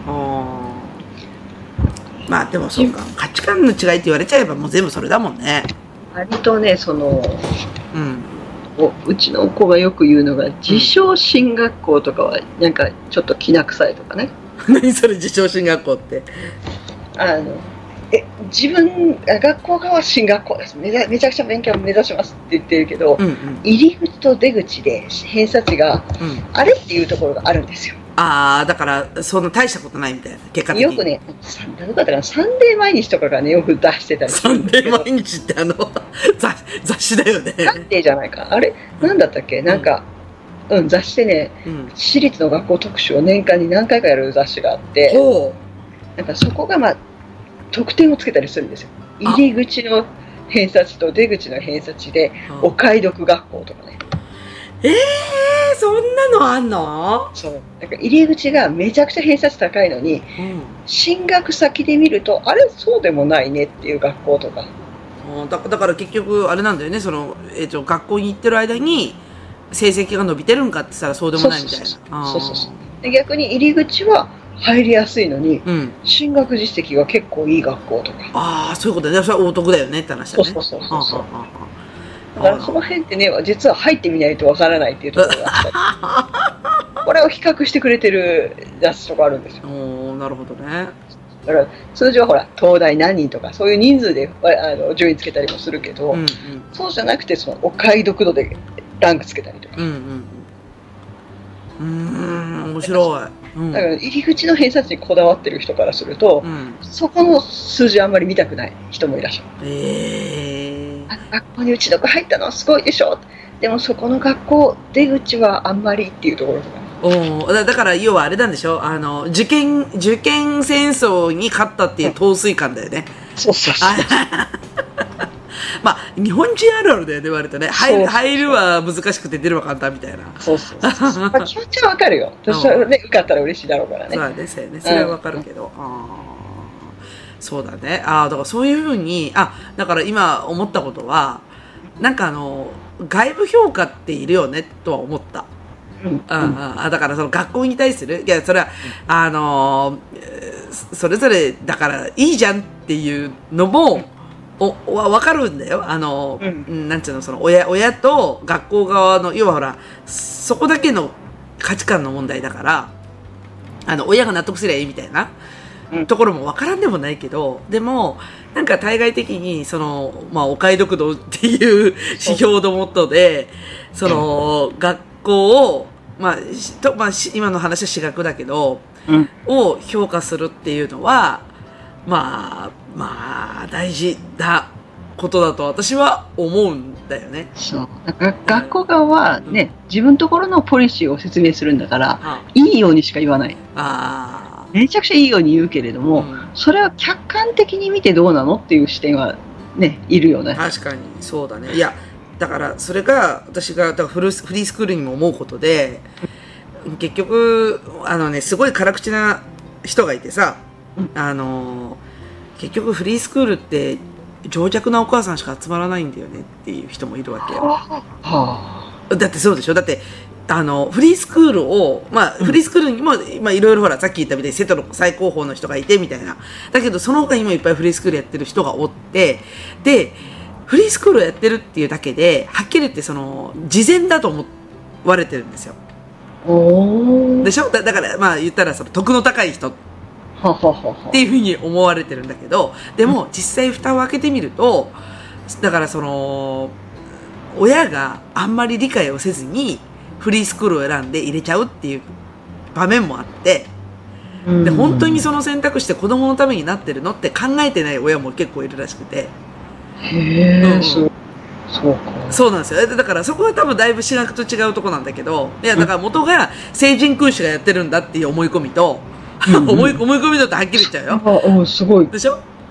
ああ。まあでもそうか、価値観の違いって言われちゃえばもう全部それだもんね。 割とね、その、うん、うちの子がよく言うのが、自称進学校とかはなんかちょっときな臭いとかね。 何それ自称進学校って。あのえ自分学校側は進学校です、めめちゃくちゃ勉強を目指しますって言ってるけど、うんうん、入り口と出口で偏差値が、うん、あれっていうところがあるんですよ。 ああ、だからそんな大したことないみたいな、結果的に。 よくね、どうだったかな、サンデー毎日とかがねよく出してたりするんだけど。サンデー毎日ってあの雑雑誌だよね。 サンデーじゃないか、あれなんだったっけ、なんか、うん、雑誌でね、うん、私立の学校特集を年間に何回かやる雑誌があって、なんかそこがまあ得点をつけたりするんですよ。入り口の偏差値と出口の偏差値でお買い得学校とかね。 ええー、そんなのあんの？ そう。なんか入り口がめちゃくちゃ偏差値高いのに、うん、進学先で見るとあれそうでもないねっていう学校とか。 だ, だから結局あれなんだよね、その、えーと、学校に行ってる間に成績が伸びてるんかって言ったらそうでもないみたいな。 そうそうそう。で逆に入り口は入りやすいのに、うん、進学実績が結構いい学校とか。 ああ、そういうことだね。それはお得だよねって話だね。 そうそうそうそう。だからその辺ってね、実は入ってみないとわからないっていうところがあったりこれを比較してくれてる雑誌とかあるんですよ。 おー、なるほどね。 だから通常はほら東大何人とかそういう人数であの順位つけたりもするけど、うんうん、そうじゃなくてそのお買い得度でランクつけたりとか。うんうんうん、うーん面白い。 うん、だから入り口の偏差値にこだわってる人からすると、うん、そこの数字あんまり見たくない人もいらっしゃる。えー、あの学校にうちの子入ったのすごいでしょ。でもそこの学校出口はあんまりっていうところとか。 おだ, だから要はあれなんでしょ、あの受験受験戦争に勝ったっていう陶酔感だよね。 そうそうそう。 まあ日本人あるあるだよね、言われてね。入る入るは難しくて出るは簡単みたいな。 そうそうそうそう。まあ、気持ちはわかるよ。私はね受かったら嬉しいだろうからね。 そうですよね。それはわかるけど。うん、あそうだね。あだからそういうふうにあだから今思ったことはなんかあの外部評価っているよねとは思った。うんうん、あだからその学校に対するいやそれは、うん、あのそれぞれだからいいじゃんっていうのも、うん、おわかるんだよ。あの、うん、なんていうのその親親と学校側の要はほらそこだけの価値観の問題だからあの親が納得すりゃいいみたいな、うん、ところもわからんでもないけどでもなんか対外的にそのまあお買い得度っていう指標のもとでその学校をまあとまあ、今の話は私学だけど、うん、を評価するっていうのはまあまあ大事なことだと私は思うんだよね。 そうだから学校側はね、うん、自分のところのポリシーを説明するんだから、うん、いいようにしか言わない。あめちゃくちゃいいように言うけれども、うん、それは客観的に見てどうなのっていう視点はねいるよね。 確かにそうだね。いやだからそれが私がだからフルフリースクールにも思うことで結局あのねすごい辛口な人がいてさ、あの結局フリースクールって情弱なお母さんしか集まらないんだよねっていう人もいるわけよ。はあ、だってそうでしょ。だってあのフリースクールをまあフリースクールにもまあいろいろほらさっき言ったみたいに瀬戸の最高峰の人がいてみたいなだけどその他にもいっぱいフリースクールやってる人がおってでフリースクールをやってるっていうだけではっきり言ってその慈善だと思われてるんですよ。でしょ だ, だからまあ言ったらその徳の高い人っていうふうに思われてるんだけどでも実際蓋を開けてみるとだからその親があんまり理解をせずにフリースクールを選んで入れちゃうっていう場面もあってで本当にその選択肢って子供のためになってるのって考えてない親も結構いるらしくて。 へー、うん、そうそうかそうなんですよ。だからそこは多分だいぶ私学と違うとこなんだけどいやだから元が聖人君主がやってるんだっていう思い込みと、うんうん、思い思い込みだとはっきり言っちゃうよ。 ああすごいでしょ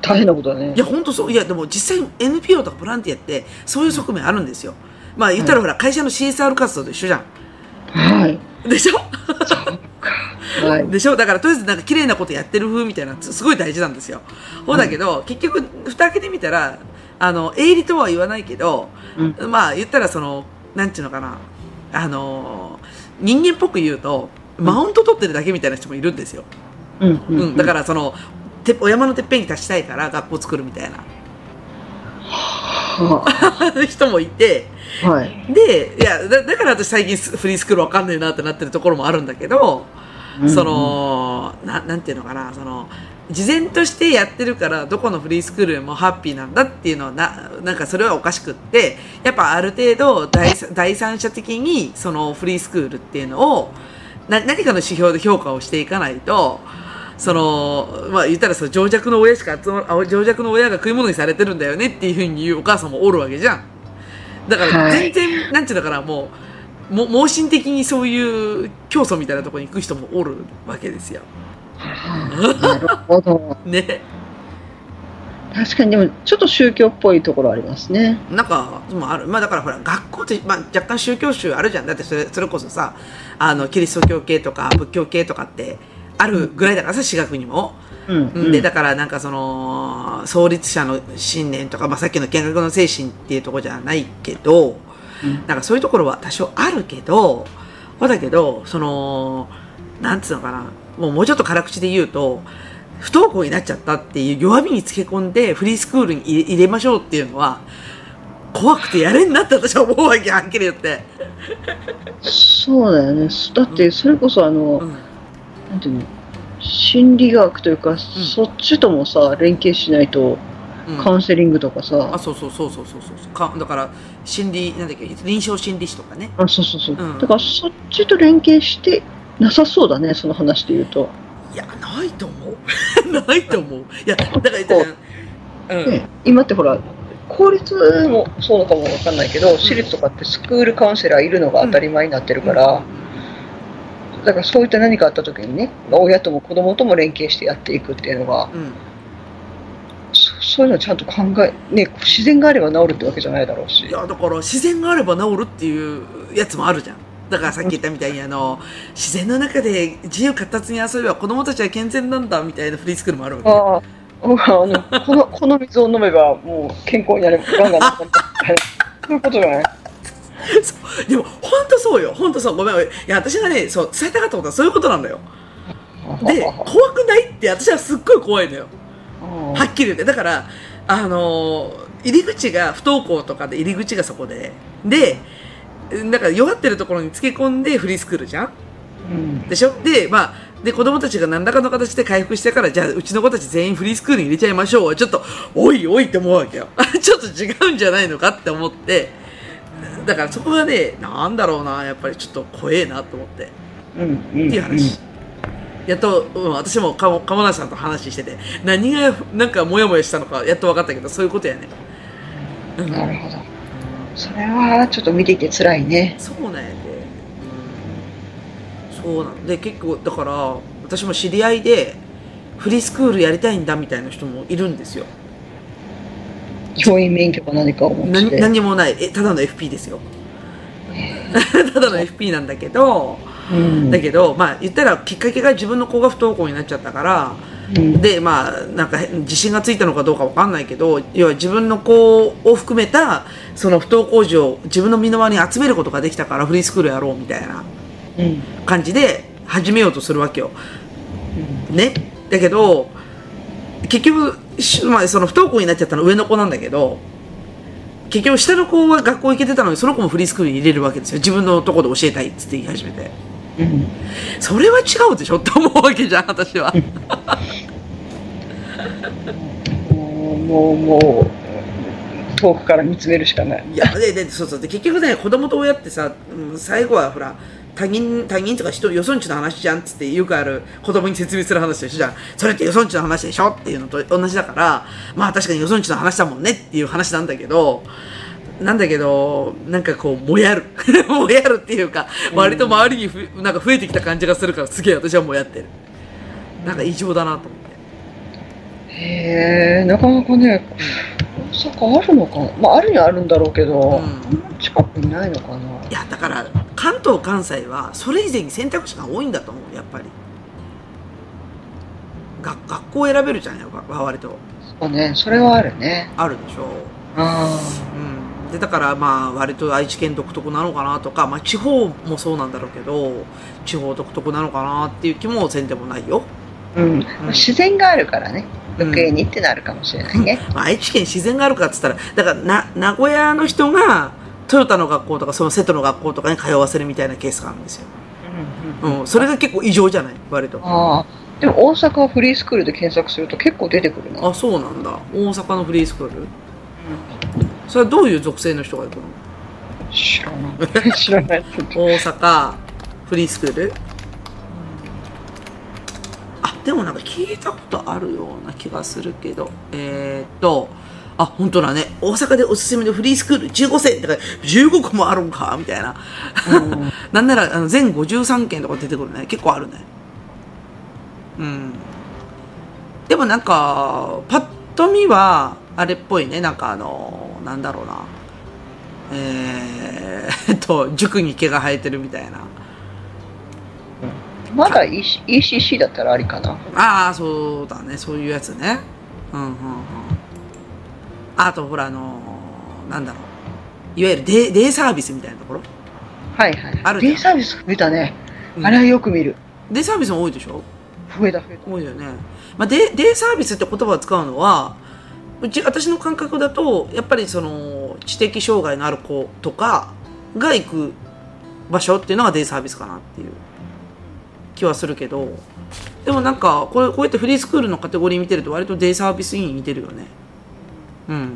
大変なことだね。 いや、本当そう。いや、でも実際 エヌピーオー とかボランティアって、そういう側面あるんですよ。まあ言ったらほら、会社の シーエスアール 活動と一緒じゃん。 はい。 でしょそうか。はい。 でしょだから、とりあえずなんか綺麗なことやってる風みたいな、すごい大事なんですよ。そうだけど、はい、結局、蓋開けてみたら、あの、営利とは言わないけど、うん、まあ言ったらその、なんていうのかな、あの、人間っぽく言うと、マウント取ってるだけみたいな人もいるんですよ。うん。うん、だからその、てお山のてっぺんに立ちたいから学校作るみたいな。人もいて、はい、で、いやだ、だから私最近フリースクールわかんねえなってなってるところもあるんだけど、うんうん、そのな、なんていうのかな、その、事前としてやってるからどこのフリースクールもハッピーなんだっていうのはな、なんかそれはおかしくって、やっぱある程度第第三者的にそのフリースクールっていうのをな何かの指標で評価をしていかないと、その、まあ言ったらその情弱の親しか集まる、情弱の親が食い物にされてるんだよねっていうふうに言うお母さんもおるわけじゃん。だから全然、はい、なんていうのかな、もう、も盲信的にそういう教祖みたいなところに行く人もおるわけですよ。 なるほど。 ね。 確かにでもちょっと宗教っぽいところありますね。 なんか、もある。まあだからほら、学校って、まあ若干宗教宗あるじゃん。だってそれ、それこそさ、あの、キリスト教系とか仏教系とかって、あるぐらいだからさ、私学にも。うんうん、で、だからなんかその、創立者の信念とか、まあさっきの見学の精神っていうところじゃないけど、うん、なんかそういうところは多少あるけど、だけど、その、なんつうのかな、もうもうちょっと辛口で言うと、不登校になっちゃったっていう弱みにつけ込んでフリースクールに入れましょうっていうのは、怖くてやれんなって私は思うわけ、はっきり言って。 そうだよね。だってそれこそあの、うん、なんていうの、心理学というか、うん、そっちともさ連携しないと、うん、カウンセリングとかさ、 あ、そうそうそうそうそうそうか、だから心理なんだっけ、臨床心理士とかね、 あ、そうそうそう、うん、だからそっちと連携してなさそうだね、その話で言うと。 いや、ないと思うないと思う。いや、だから言ったじゃん、うん、 ね、今ってほら公立もそうのかもわかんないけど、うん、私立とかってスクールカウンセラーいるのが当たり前になってるから、うん、だからそういった何かあった時にね、親とも子供とも連携してやっていくっていうのが、うん、そ, そういうのちゃんと考え、ね、自然があれば治るってわけじゃないだろうし。 いや、だから自然があれば治るっていうやつもあるじゃん。だからさっき言ったみたいに、あの自然の中で自由闊達に遊べば子供たちは健全なんだみたいなフリースクールもあるわけ。 ああ、あのこのこの水を飲めばもう健康になればガンガンなるそういうことじゃない。 そうでも本当そうよ、本当そう、ごめん、いや私がね、そう伝えたかったことはそういうことなんだよ。で、怖くないって私はすっごい怖いのよ、はっきり言って。だからあの入り口が不登校とかで、入り口がそこでで、だから弱ってるところにつけ込んでフリースクールじゃん、うん、でしょ。で、まあで子供たちが何らかの形で回復してから、じゃあうちの子たち全員フリースクールに入れちゃいましょう、ちょっとおいおいって思うわけよちょっと違うんじゃないのかって思って、だからそこがね、なんだろうな、やっぱりちょっと怖えなと思って、うんうん、っていう話、うん、やっと、うん、私も鴨梨さんと話してて、何がなんかモヤモヤしたのかやっと分かったけど、そういうことやね、 うん、なるほど。それはちょっと見ていて辛いね。 そうなんやで、うん、そうなんで、結構だから私も知り合いでフリースクールやりたいんだみたいな人もいるんですよ。 教員免許か何かを持って。 何もない、え、ただの エフピー ですよただの エフピー なんだけど、うん、だけどまあ言ったらきっかけが自分の子が不登校になっちゃったから、うん、でまあなんか自信がついたのかどうかわかんないけど、要は自分の子を含めたその不登校児を自分の身の回りに集めることができたからフリースクールやろうみたいな感じで始めようとするわけよ、うん、ね。だけど結局、まあ、その不登校になっちゃったのは上の子なんだけど、結局下の子は学校行けてたのにその子もフリースクールに入れるわけですよ、自分のところで教えたいっつって言い始めて、うん、それは違うでしょって思うわけじゃん、私はもうもうもう遠くから見つめるしかない。 いやででそうそうで、結局ね、子供と親ってさ、最後はほら他人他人とか人、よそんちの話じゃんっつってよくある子供に説明する話と一緒じゃん。それってよそんちの話でしょっていうのと同じだから、まあ確かによそんちの話だもんねっていう話なんだけど、なんだけどなんかこうもやるもやるっていうか、割と周りにふなんか増えてきた感じがするから、すげえ私はもやってる。なんか異常だなと思って。 へえ、なかなかね、大阪あるのかな。まあ、あるにはあるんだろうけど、うん、あんま近くにないのかな。 いや、だから、関東、関西は、それ以前に選択肢が多いんだと思う、やっぱり。が学校を選べるじゃん、やっぱ、割と。 そうね、それはあるね。 あるでしょう。 ああ。 うん。で、だから、まあ、割と愛知県独特なのかなとか、まあ、地方もそうなんだろうけど、地方独特なのかなっていう気もせんでもないよ。 うん。うん、自然があるからね。余計にってなるかもしれないね。 うん、愛知県自然があるかっつったら、だからな名古屋の人がトヨタの学校とかその瀬戸の学校とかに通わせるみたいなケースがあるんですよ。うん、うんうん、それが結構異常じゃない割と。 ああ、でも大阪はフリースクールで検索すると結構出てくるな。 あ、そうなんだ。大阪のフリースクール。うん、それはどういう属性の人が行くの？ 知らない。知らない。 大阪フリースクール。でもなんか聞いたことあるような気がするけど、えー、っと、あ、本当だね。大阪でおすすめのフリースクールじゅうごせんとかじゅうごこもあるんかみたいな。うん、なんならあの全ごじゅうさんけんとか出てくるね。結構あるね。うん。でもなんか、パッと見は、あれっぽいね。なんかあの、なんだろうな。えー、っと、塾に毛が生えてるみたいな。 まだ イーシーシー だったらありかな。 ああ、そうだね。そういうやつね。うんうんうん。あと、ほら、あのー、なんだろう。いわゆるデイ、デイサービスみたいなところ。 はいはい。 あるデイサービス増えたね。うん、あれはよく見る。 デイサービスも多いでしょ？ 増えた増えた。 多いよね。まあ、デイ、デイサービスって言葉を使うのは、うち、私の感覚だと、やっぱりその、知的障害のある子とかが行く場所っていうのがデイサービスかなっていう気はするけど、でもなんかこれこうやってフリースクールのカテゴリー見てると割とデイサービスに似てるよね。うん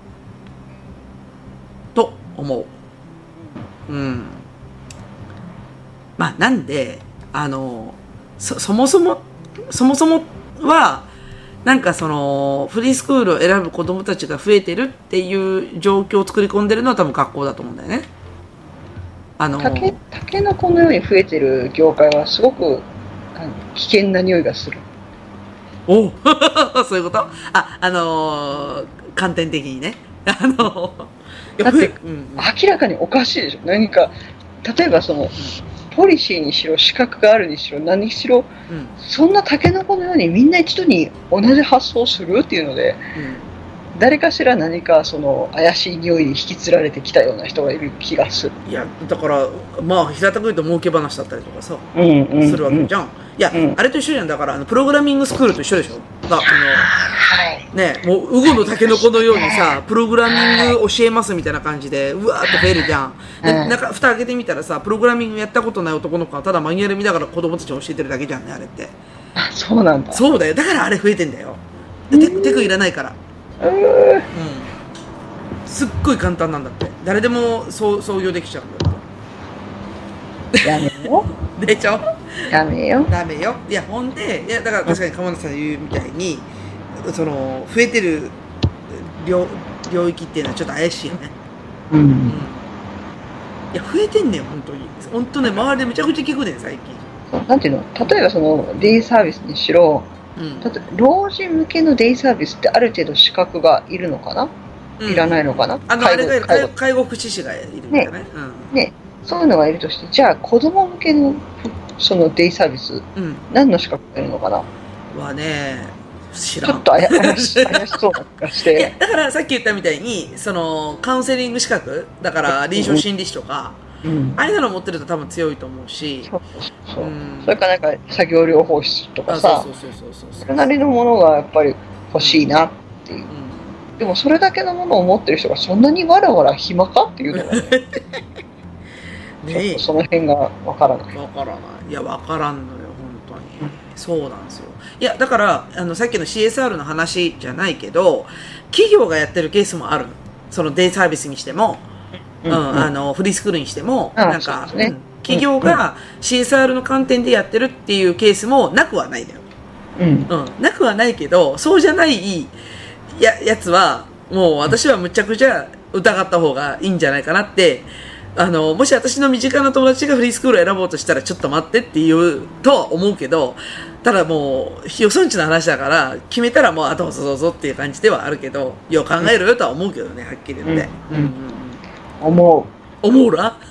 と思う。うんまあなんであの そ, そもそもそもそもはなんかそのフリースクールを選ぶ子どもたちが増えてるっていう状況を作り込んでるのは多分学校だと思うんだよね。 あのタケ、タケノコのように増えてる業界はすごくあの危険な匂いがする。 おそういうこと？あ、あのー、観点的にね。あのー、だって、うん、明らかにおかしいでしょ。何か例えばその、うん、ポリシーにしろ資格があるにしろ何しろ、うん、そんなタケノコのようにみんな一度に同じ発想をするっていうので、うん誰かしら何かその怪しい匂いに引きつられてきたような人がいる気がする。 いやだからまあ平たく言うと儲け話だったりとかさ、 うんうんうん、 するわけじゃん。いや、うん、あれと一緒じゃん。だからあのプログラミングスクールと一緒でしょ。があの、はい、ねもうウゴのタケノコのようにさプログラミング教えますみたいな感じでうわーっと増えるじゃん。でなんか蓋開けてみたらさプログラミングやったことない男の子はただマニュアル見ながら子供たちに教えてるだけじゃんねあれって。 あそうなんだ。 そうだよ。だからあれ増えてんだよ。テテクいらないから。うん、すっごい簡単なんだって。誰でも創業できちゃうんだって。 やめよでしょ。 ダメよダメよ。いやほんでいやだから確かに鎌田さん言うみたいにその増えてる 領, 領域っていうのはちょっと怪しいよね。うん、うん、いや増えてんねん本当に。本当ね周りでめちゃくちゃ聞くねん最近。 なんていうの例えばそのデイサービスにしろうん、だって老人向けのデイサービスってある程度資格がいるのかな、うん、いらないのかな。 あのあれが介護、介護福祉士がいるんだよね。ね、 うん、ねそういうのがいるとしてじゃあ子供向けのそのデイサービス、うん、何の資格がいるのかなはね知らん。 ちょっと怪し怪しそうな気がしていやだからさっき言ったみたいにそのカウンセリング資格だから臨床心理士とか、うん、ああいうの持ってると多分強いと思うしそうそうそう、うん、それからなんか作業療法士とかさそれなりのものがやっぱり欲しいなっていう、うん、でもそれだけのものを持ってる人がそんなにわらわら暇かっていうのがねねちょっとその辺がわからないわからないいやわからんのよ本当に、うん、そうなんですよ。いやだからあのさっきの シーエスアール の話じゃないけど企業がやってるケースもあるの。そのデイサービスにしてもうんうん、あのフリースクールにしてもなんか、ねうん、企業が シーエスアール の観点でやってるっていうケースもなくはないんだよ、うんうん、なくはないけどそうじゃないや、やつはもう私はむちゃくちゃ疑った方がいいんじゃないかなってあの、もし私の身近な友達がフリースクールを選ぼうとしたらちょっと待ってって言うとは思うけど、ただもう、よそんちの話だから、決めたらもう、あ、どうぞどうぞっていう感じではあるけど、よう考えるよとは思うけどね、はっきり言って。 うんうんうん、思う。思うな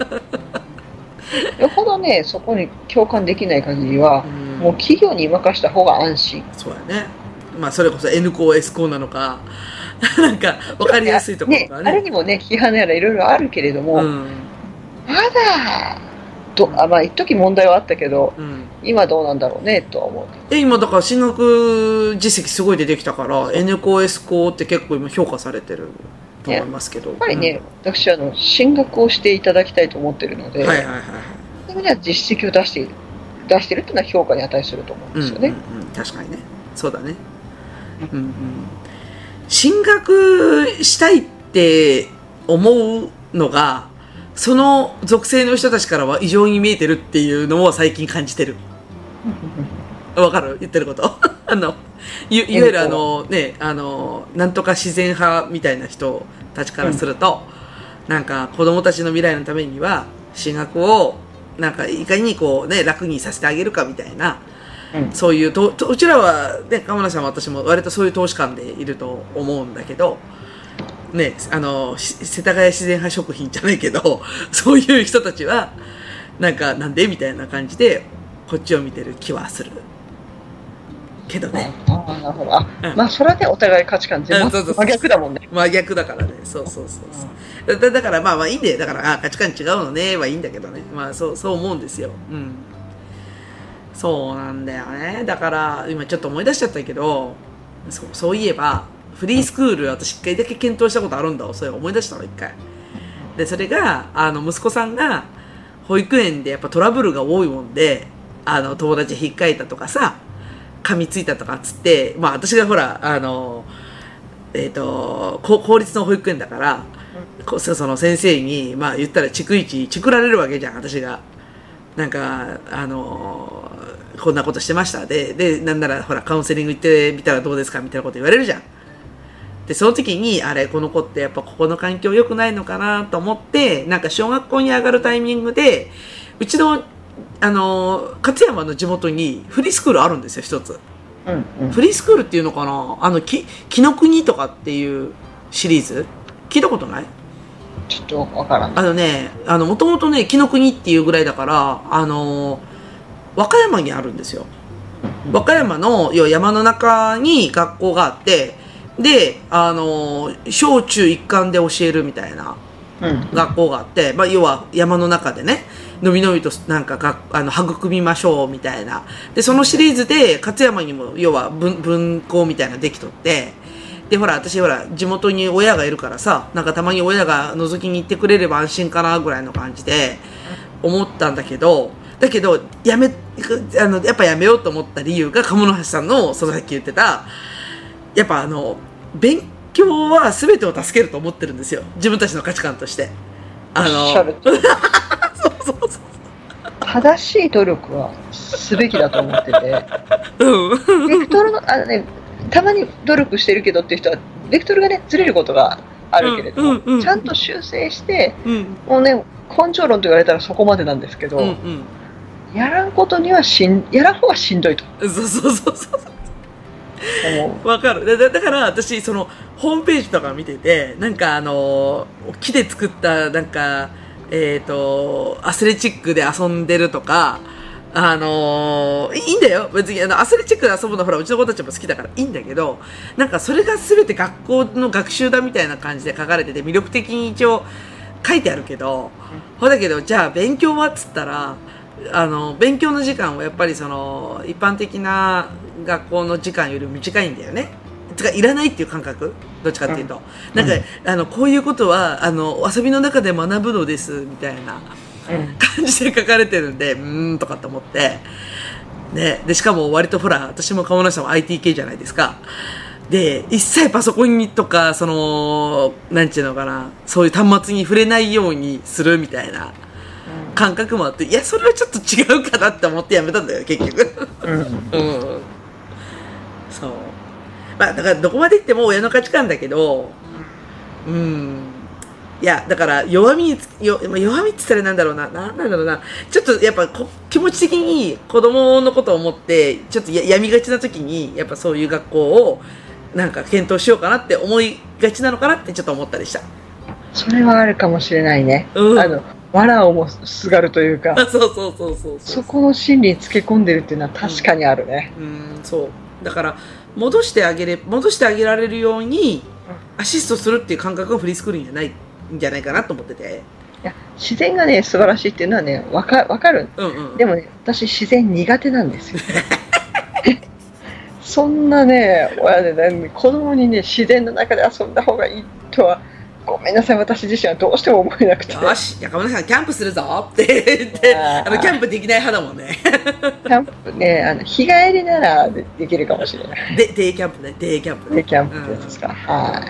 よほどね、そこに共感できない限りは、うん、もう企業に任した方が安心。 そうやね。まあ、それこそ N 校 S 校なのか、なんか、わかりやすいところがね。 ね、あれにもね、批判やらいろいろあるけれども、うん、まだ、とあまあ、一時問題はあったけど、うん、今どうなんだろうね、とは思う。 え、今、だから進学実績すごい出てきたから、N 校 S 校って結構今評価されてると思いますけど。 やっぱりね、うん、私はあの、進学をしていただきたいと思ってるので、はいはいはい。それでは実績を出して、出してるっていうのは評価に値すると思うんですよね。 うんうんうん、確かにね。そうだね。うんうん、進学したいって思うのがその属性の人たちからは異常に見えてるっていうのを最近感じてる。わかる言ってることあのい, いわゆるあのねあのなんとか自然派みたいな人たちからすると、うん、なんか子供たちの未来のためには進学をなんかいかにこうね楽にさせてあげるかみたいな、うん、そういうととうちらはね鎌田さんも私も割とそういう投資感でいると思うんだけどねあの世田谷自然派食品じゃないけどそういう人たちはなんかなんでみたいな感じでこっちを見てる気はするけどね。 ああなるほど。あ、うん、まあそれはねお互い価値観全部真逆だもんね。 真逆だからね。そうそうそうそう。だ, だからまあまあいいんでだからあ価値観違うのねはいいんだけどね。まあそうそう思うんですよ。うん。そうなんだよね。だから今ちょっと思い出しちゃったけど、そうそういえばフリースクール私一回だけ検討したことあるんだ。それ思い出したの一回。でそれがあの息子さんが保育園でやっぱトラブルが多いもんで、あの友達引っかいたとかさ。噛みついたとかっつって、まあ私がほら、あの、えっ、ー、と、公立の保育園だから、うん、その先生に、まあ言ったら逐一、チクられるわけじゃん、私が。なんか、あの、こんなことしてました。で、で、なんならほら、カウンセリング行ってみたらどうですかみたいなこと言われるじゃん。で、その時に、あれ、この子ってやっぱここの環境良くないのかなと思って、なんか小学校に上がるタイミングで、うちのあの勝山の地元にフリースクールあるんですよ一つ、うんうん、フリースクールっていうのかなあのき紀の国とかっていうシリーズ聞いたことない？ ちょっとわからない。 あのねあのもともとね紀の国っていうぐらいだからあの和歌山にあるんですよ、うん、和歌山の要は山の中に学校があってであの小中一貫で教えるみたいな学校があって、まあ、要は山の中でねのびのびとなんかがあの育みましょうみたいなでそのシリーズで勝山にも要は 分, 分校みたいなのできとってでほら私ほら地元に親がいるからさなんかたまに親が覗きに行ってくれれば安心かなぐらいの感じで思ったんだけどだけどやめあのやっぱやめようと思った理由が鴨の橋さんのそのさっき言ってたやっぱあの勉強は全てを助けると思ってるんですよ自分たちの価値観としてあのそうそうそう正しい努力はすべきだと思ってて、うん、ベクトルのあの、ね、たまに努力してるけどっていう人はベクトルがねずれることがあるけれども、うんうんうん、ちゃんと修正して、うん、もうね根性論と言われたらそこまでなんですけど、うんうん、やらんことにはしんやらん方がしんどいと。 そうそうそうそうわかるだだから私そのホームページとか見ててなんかあの木で作ったなんかえっとアスレチックで遊んでるとかあのー、いいんだよ別にあのアスレチックで遊ぶのほらうちの子たちも好きだからいいんだけどなんかそれが全て学校の学習だみたいな感じで書かれてて魅力的に一応書いてあるけど、うん、ほだけどじゃあ勉強はっつったらあの勉強の時間はやっぱりその一般的な学校の時間より短いんだよね。つかいらないっていう感覚どっちかっていうと、うん、なんか、うん、あのこういうことはあの遊びの中で学ぶのですみたいな感じで書かれてるんでうーんとかって思ってねでしかも割とほら私も鴨梨さんも アイティー 系じゃないですか。で一切パソコンにとかそのなんていうのかなそういう端末に触れないようにするみたいな感覚もあっていやそれはちょっと違うかなって思ってやめたんだよ結局うん、うん、そうまあだからどこまでいっても親の価値観だけどうんいや、だから弱みにつ、よ弱みって言ったらなんだろうな、なんなんだろうな、ちょっとやっぱこ気持ち的に子供のことを思って、ちょっとや病みがちな時に、やっぱそういう学校をなんか検討しようかなって思いがちなのかなってちょっと思ったりした。 それはあるかもしれないね。うん、あの、藁をもすがるというか、 そうそうそうそうそう。 そこの心理につけ込んでるっていうのは確かにあるね。 うん、うん、そう。だから、戻してあげれ、戻してあげられるように、アシストするっていう感覚がフリースクールにはないんじゃないかなと思ってて。 いや、自然がね、素晴らしいっていうのはね、わか、わかる。うんうん、でもね、私自然苦手なんですよ。そんなね、親でね、子供にね、自然の中で遊んだ方がいいとは、ごめんなさい、私自身はどうしても思えなくて。 よし、中村さん、キャンプするぞって言って、あの、キャンプできない派だもんね。 キャンプね、あの、日帰りならで、できるかもしれない。 で、デイキャンプね、デイキャンプね。 デイキャンプってやつですか。うん、はい。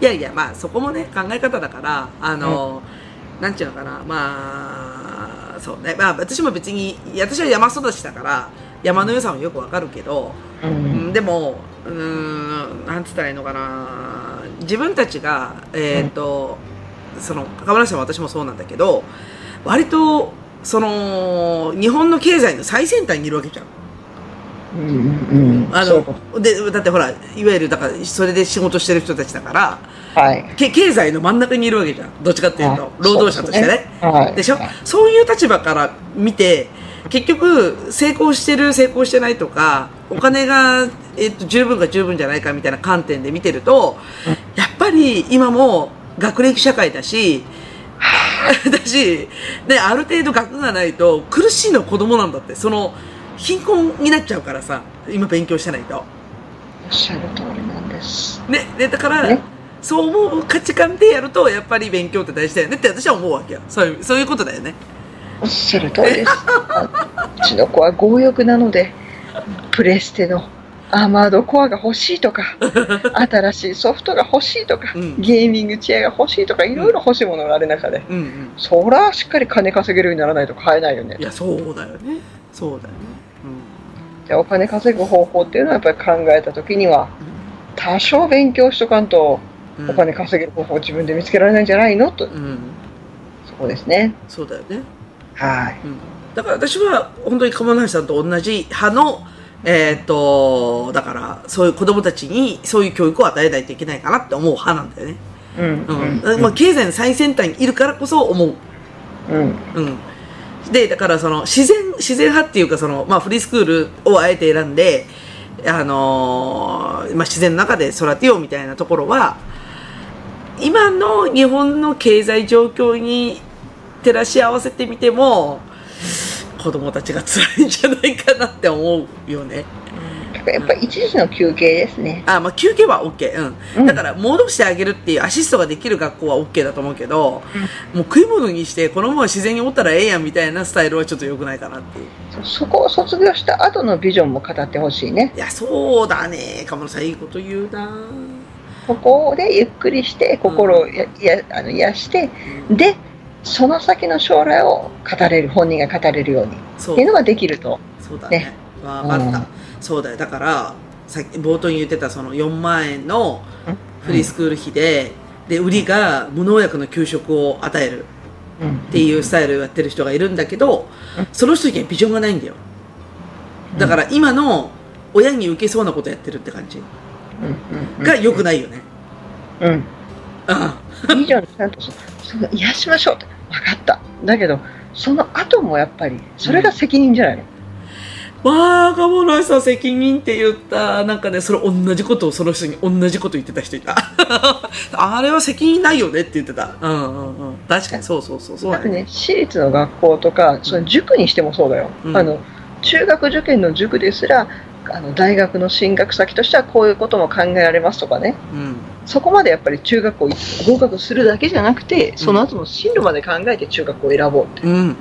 いやいや、まあ、そこもね、考え方だから、あの、うん、なんちゅうのかな、まあ、そうね、まあ、私も別に、私は山育ちだから、山の良さもよくわかるけど、うん、でも、うーん、なんつったらいいのかな、自分たちが、えっと、うん、その、高村さんも私もそうなんだけど、割と、その、日本の経済の最先端にいるわけじゃん。 うんうん、 あのでだってほらいわゆるだからそれで仕事してる人たちだから、はい、け経済の真ん中にいるわけじゃん、どっちかっていうと労働者としてね、はい、でしょ、はい、そういう立場から見て結局成功してる成功してないとかお金が、えっと、十分か十分じゃないかみたいな観点で見てるとやっぱり今も学歴社会だしだし、ね、ある程度学がないと苦しいのは子供なんだって、その貧困になっちゃうからさ、今勉強してないと。 おっしゃる通りなんです。 ね、でだから、ね、そう思う価値観でやると、やっぱり勉強って大事だよねって私は思うわけよ。そういう、そういうことだよね。 おっしゃる通りです。うちの子は強欲なので、プレステのアーマードコアが欲しいとか、新しいソフトが欲しいとか、うん、ゲーミングチェアが欲しいとか、いろいろ欲しいものがある中で、うんうん、そらしっかり金稼げるようにならないと買えないよね。 いや、そうだよね。そうだよね。 じゃあお金稼ぐ方法っていうのはやっぱり考えたときには、多少勉強しとかんとお金稼げる方法を自分で見つけられないんじゃないのと、うん、そこですね。 そうだよね。 はい、 うん、だから私は本当に鴨梨さんと同じ派の、えー、っとだからそういう子供たちにそういう教育を与えないといけないかなって思う派なんだよね。うんうんうん、まあ、経済の最先端にいるからこそ思う。うん、うんで、だからその自然、自然派っていうかその、まあフリースクールをあえて選んで、あのー、まあ自然の中で育てようみたいなところは、今の日本の経済状況に照らし合わせてみても、子供たちが辛いんじゃないかなって思うよね。 やっぱ一時の休憩ですね。 あ、まあ休憩は OK。うん。うん、だから戻してあげるっていうアシストができる学校は OK だと思うけど、うん、もう食い物にしてこのまま自然におったらええやんみたいなスタイルはちょっと良くないかなっていう。 そ, そこを卒業した後のビジョンも語ってほしいね。 いや、そうだね。鴨野さんいいこと言うな。 ここでゆっくりして心をや、うん、やあの癒して、うん、でその先の将来を語れる、本人が語れるようにっていうのができると。 そうだね。わかった。うん、そうだよ。だからさっき冒頭に言ってたそのよんまんえんのフリースクール費で、うん、で売りが無農薬の給食を与えるっていうスタイルをやってる人がいるんだけど、うん、その人にはビジョンがないんだよ。だから今の親に受けそうなことやってるって感じが良くないよね。 うん。ああ。ビジョンちゃんとその癒しましょうって分かった。だけどその後もやっぱりそれが責任じゃないの。うん、 わあ、鴨梨さん責任って言った。なんかね、それ同じことをその人に同じこと言ってた人いた。あれは責任ないよねって言ってた。うんうんうん。確かにそうそうそうそう、ね。だってね、私立の学校とか、その塾にしてもそうだよ。うん、あの、中学受験の塾ですら、あの大学の進学先としてはこういうことも考えられますとかね。うん、そこまでやっぱり中学校合格するだけじゃなくて、その後の進路まで考えて中学校を選ぼうって。うんうんうんうん。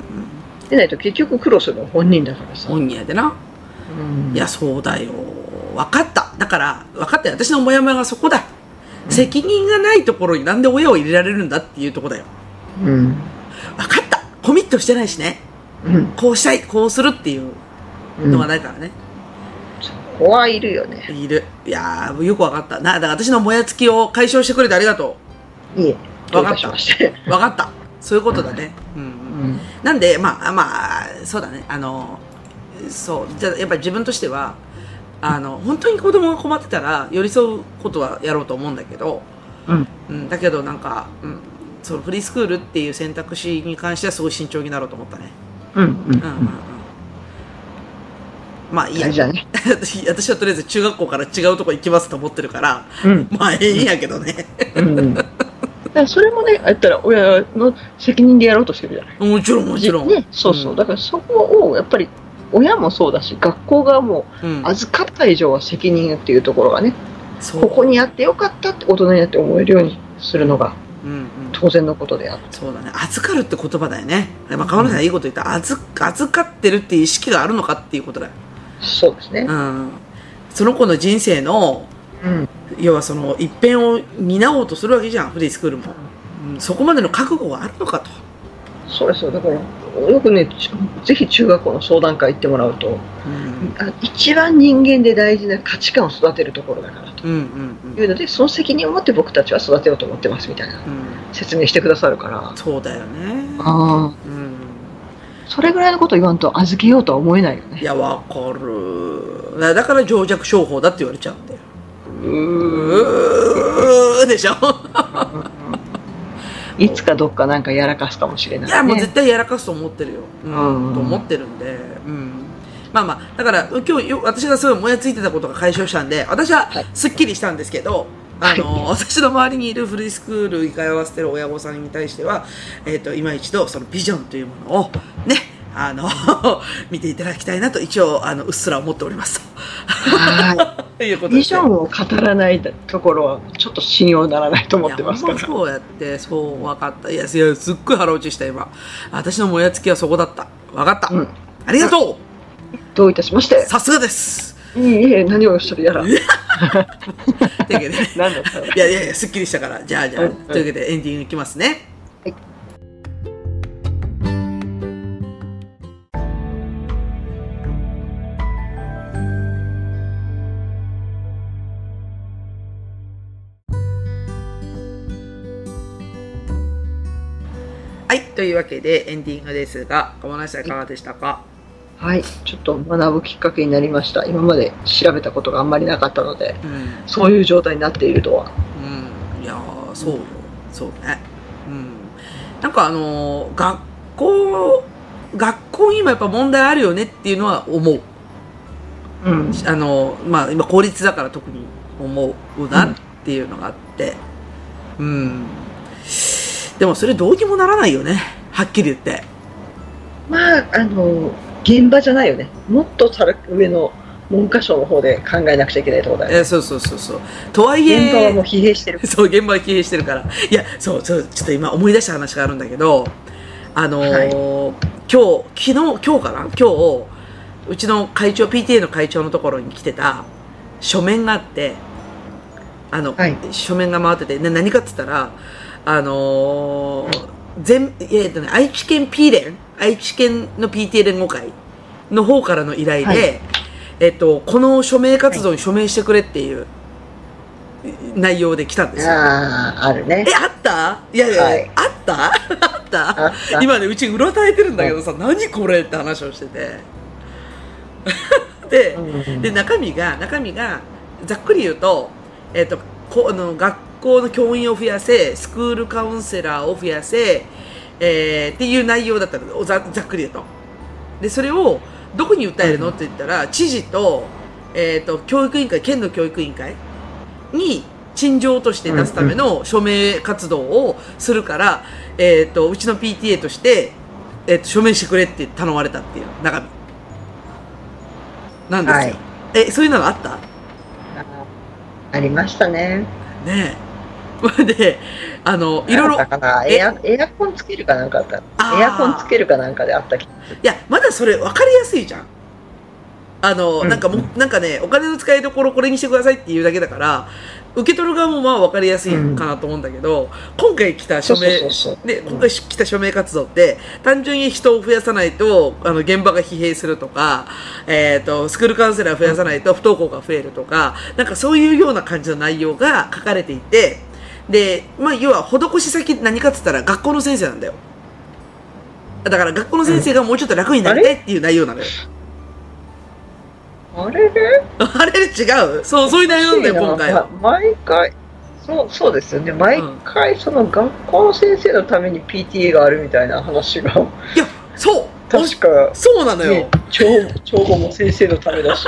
でないと結局苦労するのは本人だからさ。 本人やでな。うん、いや、そうだよ。分かった。だから、分かったよ。私のモヤモヤがそこだ。うん、責任がないところになんで親を入れられるんだっていうところだよ。うん。分かった。コミットしてないしね。うん。こうしたい、こうするっていうのがないからね。 うん、そこはいるよね。 いる。いやー、よく分かった。な、だから私のもやつきを解消してくれてありがとう。 いえ。 どういたしまして。 わかった。そういうことだね。うん。うん、なんで、まあ、まあ、そうだね。あの、そう。じゃあ、やっぱり自分としては、あの、本当に子供が困ってたら、寄り添うことはやろうと思うんだけど、うん。うん、だけど、なんか、うん。そのフリースクールっていう選択肢に関してはすごい慎重になろうと思ったね。うん。うん。うん。うん。まあいいや。じゃね、私はとりあえず中学校から違うとこ行きますと思ってるから、うん、まあええんやけどね。うん、だからそれもね、あったら親の責任でやろうとしてるじゃない。 もちろんもちろん。 ね、そうそう。だからそこをやっぱり親もそうだし、学校側も預かった以上は責任っていうところがね、うん、ここにやってよかったって大人になって思えるようにするのが当然のことであって。 そうだね。預かるって言葉だよね。まあ、川村さんいいこと言ったら、預、預かってるっていう意識があるのかっていうことだよ。 そうですね。 うん。その子の人生の、うん、要はその一辺を担おうとするわけじゃん、フリースクールも。うん、そこまでの覚悟があるのかと。 そうですよ。だから、よくね、ぜひ中学校の相談会行ってもらうと、うん、一番人間で大事な価値観を育てるところだからと、うんうんうん、いうので、その責任を持って僕たちは育てようと思ってますみたいな、うん、説明してくださるから。 そうだよね。 ああ。うんそれぐらいのこと言わんと預けようとは思えないよね。 いや、わかる。だから情弱商法だって言われちゃうんだよ。うーでしょいつかどっかなんかやらかすかもしれない、ね。 いや、もう絶対やらかすと思ってるよ。うん。うん、と思ってるんで。うん。まあまあ、だから今日私がすごいもやついてたことが解消したんで、私はすっきりしたんですけど、はい、あの、私の周りにいるフリースクールに通わせてる親御さんに対しては、えっと、今一度そのビジョンというものをね、あの、見ていただきたいなと一応、あの、うっすら思っておりますと。 はい。いうことビジョンを語らないところは、ちょっと信用ならないと思ってますから。 そうやって、そう、わかった。いや、いや、すっごい腹落ちした、今。私のもやつきはそこだった。わかった。うん、ありがとう、 どういたしまして。 さすがです。 いいえ、何をおっしゃるやら。というわけで、ね、何だったのいやいやいや、すっきりしたから。じゃあ、じゃあ、うんうん、というわけでエンディングいきますね。はい。はい。というわけでエンディングですが、小林さんいかがでしたか？ はい、ちょっと学ぶきっかけになりました。今まで調べたことがあんまりなかったので、うん、そういう状態になっているとは。 うん、いやー、そうよ、そうね。うん、なんかあのー、学校、学校に今やっぱ問題あるよねっていうのは思う。うん、あのー、まあ今公立だから特に思うなっていうのがあって、うん、うん、でもそれどうにもならないよね、はっきり言って。 まああのー。現場じゃないよね。もっと上の文科省の方で考えなくちゃいけないところだよね。 えー、そうそうそうそう。とはいえ現場はもう疲弊してる。 そう、現場は疲弊してるから。いや、そうそう、ちょっと今思い出した話があるんだけど、あのーはい、今日昨日今日かな今日うちの会長 ピーティーエー の会長のところに来てた書面があって、あの、はい、書面が回ってて、ね、何かっつったらあのー、全えっとね愛知県 P 連愛知県の ピーティーエー 連合会の方からの依頼で、はい、えっと、この署名活動に署名してくれっていう内容で来たんですよ。 ああ、あるね。 え、あったいやいや、はい、あったあったあった今ね、うちうろたえてるんだけどさ、何これって話をしてて。で、で、中身が、中身が、ざっくり言うと、えっと、こあの学校の教員を増やせ、スクールカウンセラーを増やせ、えー、っていう内容だったの、ざ, ざっくり言うと。で、それをどこに訴えるのって言ったら、知事と、えっと、教育委員会、県の教育委員会に陳情として出すための署名活動をするから、えっと、うちの ピーティーエー として、えっと、署名してくれって頼まれたっていう中身。なんですよ。はい、え、そういうのがあった？ ありましたね。 ねえ。で、あの、いろいろ。 エア、エアコンつけるかなんかあった。エアコンつけるかなんかであった気がする。 いや、まだそれ分かりやすいじゃん。あの、うん、なんかも、なんかね、お金の使いどころこれにしてくださいっていうだけだから、受け取る側もまあ分かりやすいかなと思うんだけど、うん、今回来た署名、で、今回来た署名活動って、単純に人を増やさないと、あの、現場が疲弊するとか、えっと、スクールカウンセラー増やさないと不登校が増えるとか、なんかそういうような感じの内容が書かれていて、 で、まあ、要は、施し先何かっつったら学校の先生なんだよ。だから学校の先生がもうちょっと楽になりたいっていう内容なのよ。 あれれあれれ違うそう、そういう内容なんだよ、今回は。 ま、毎回、そう、そうですよね。毎回、その学校の先生のために ピーティーエー があるみたいな話が。 いや、そう確か。 そうなのよ。 ね、帳帳簿も先生のためだし。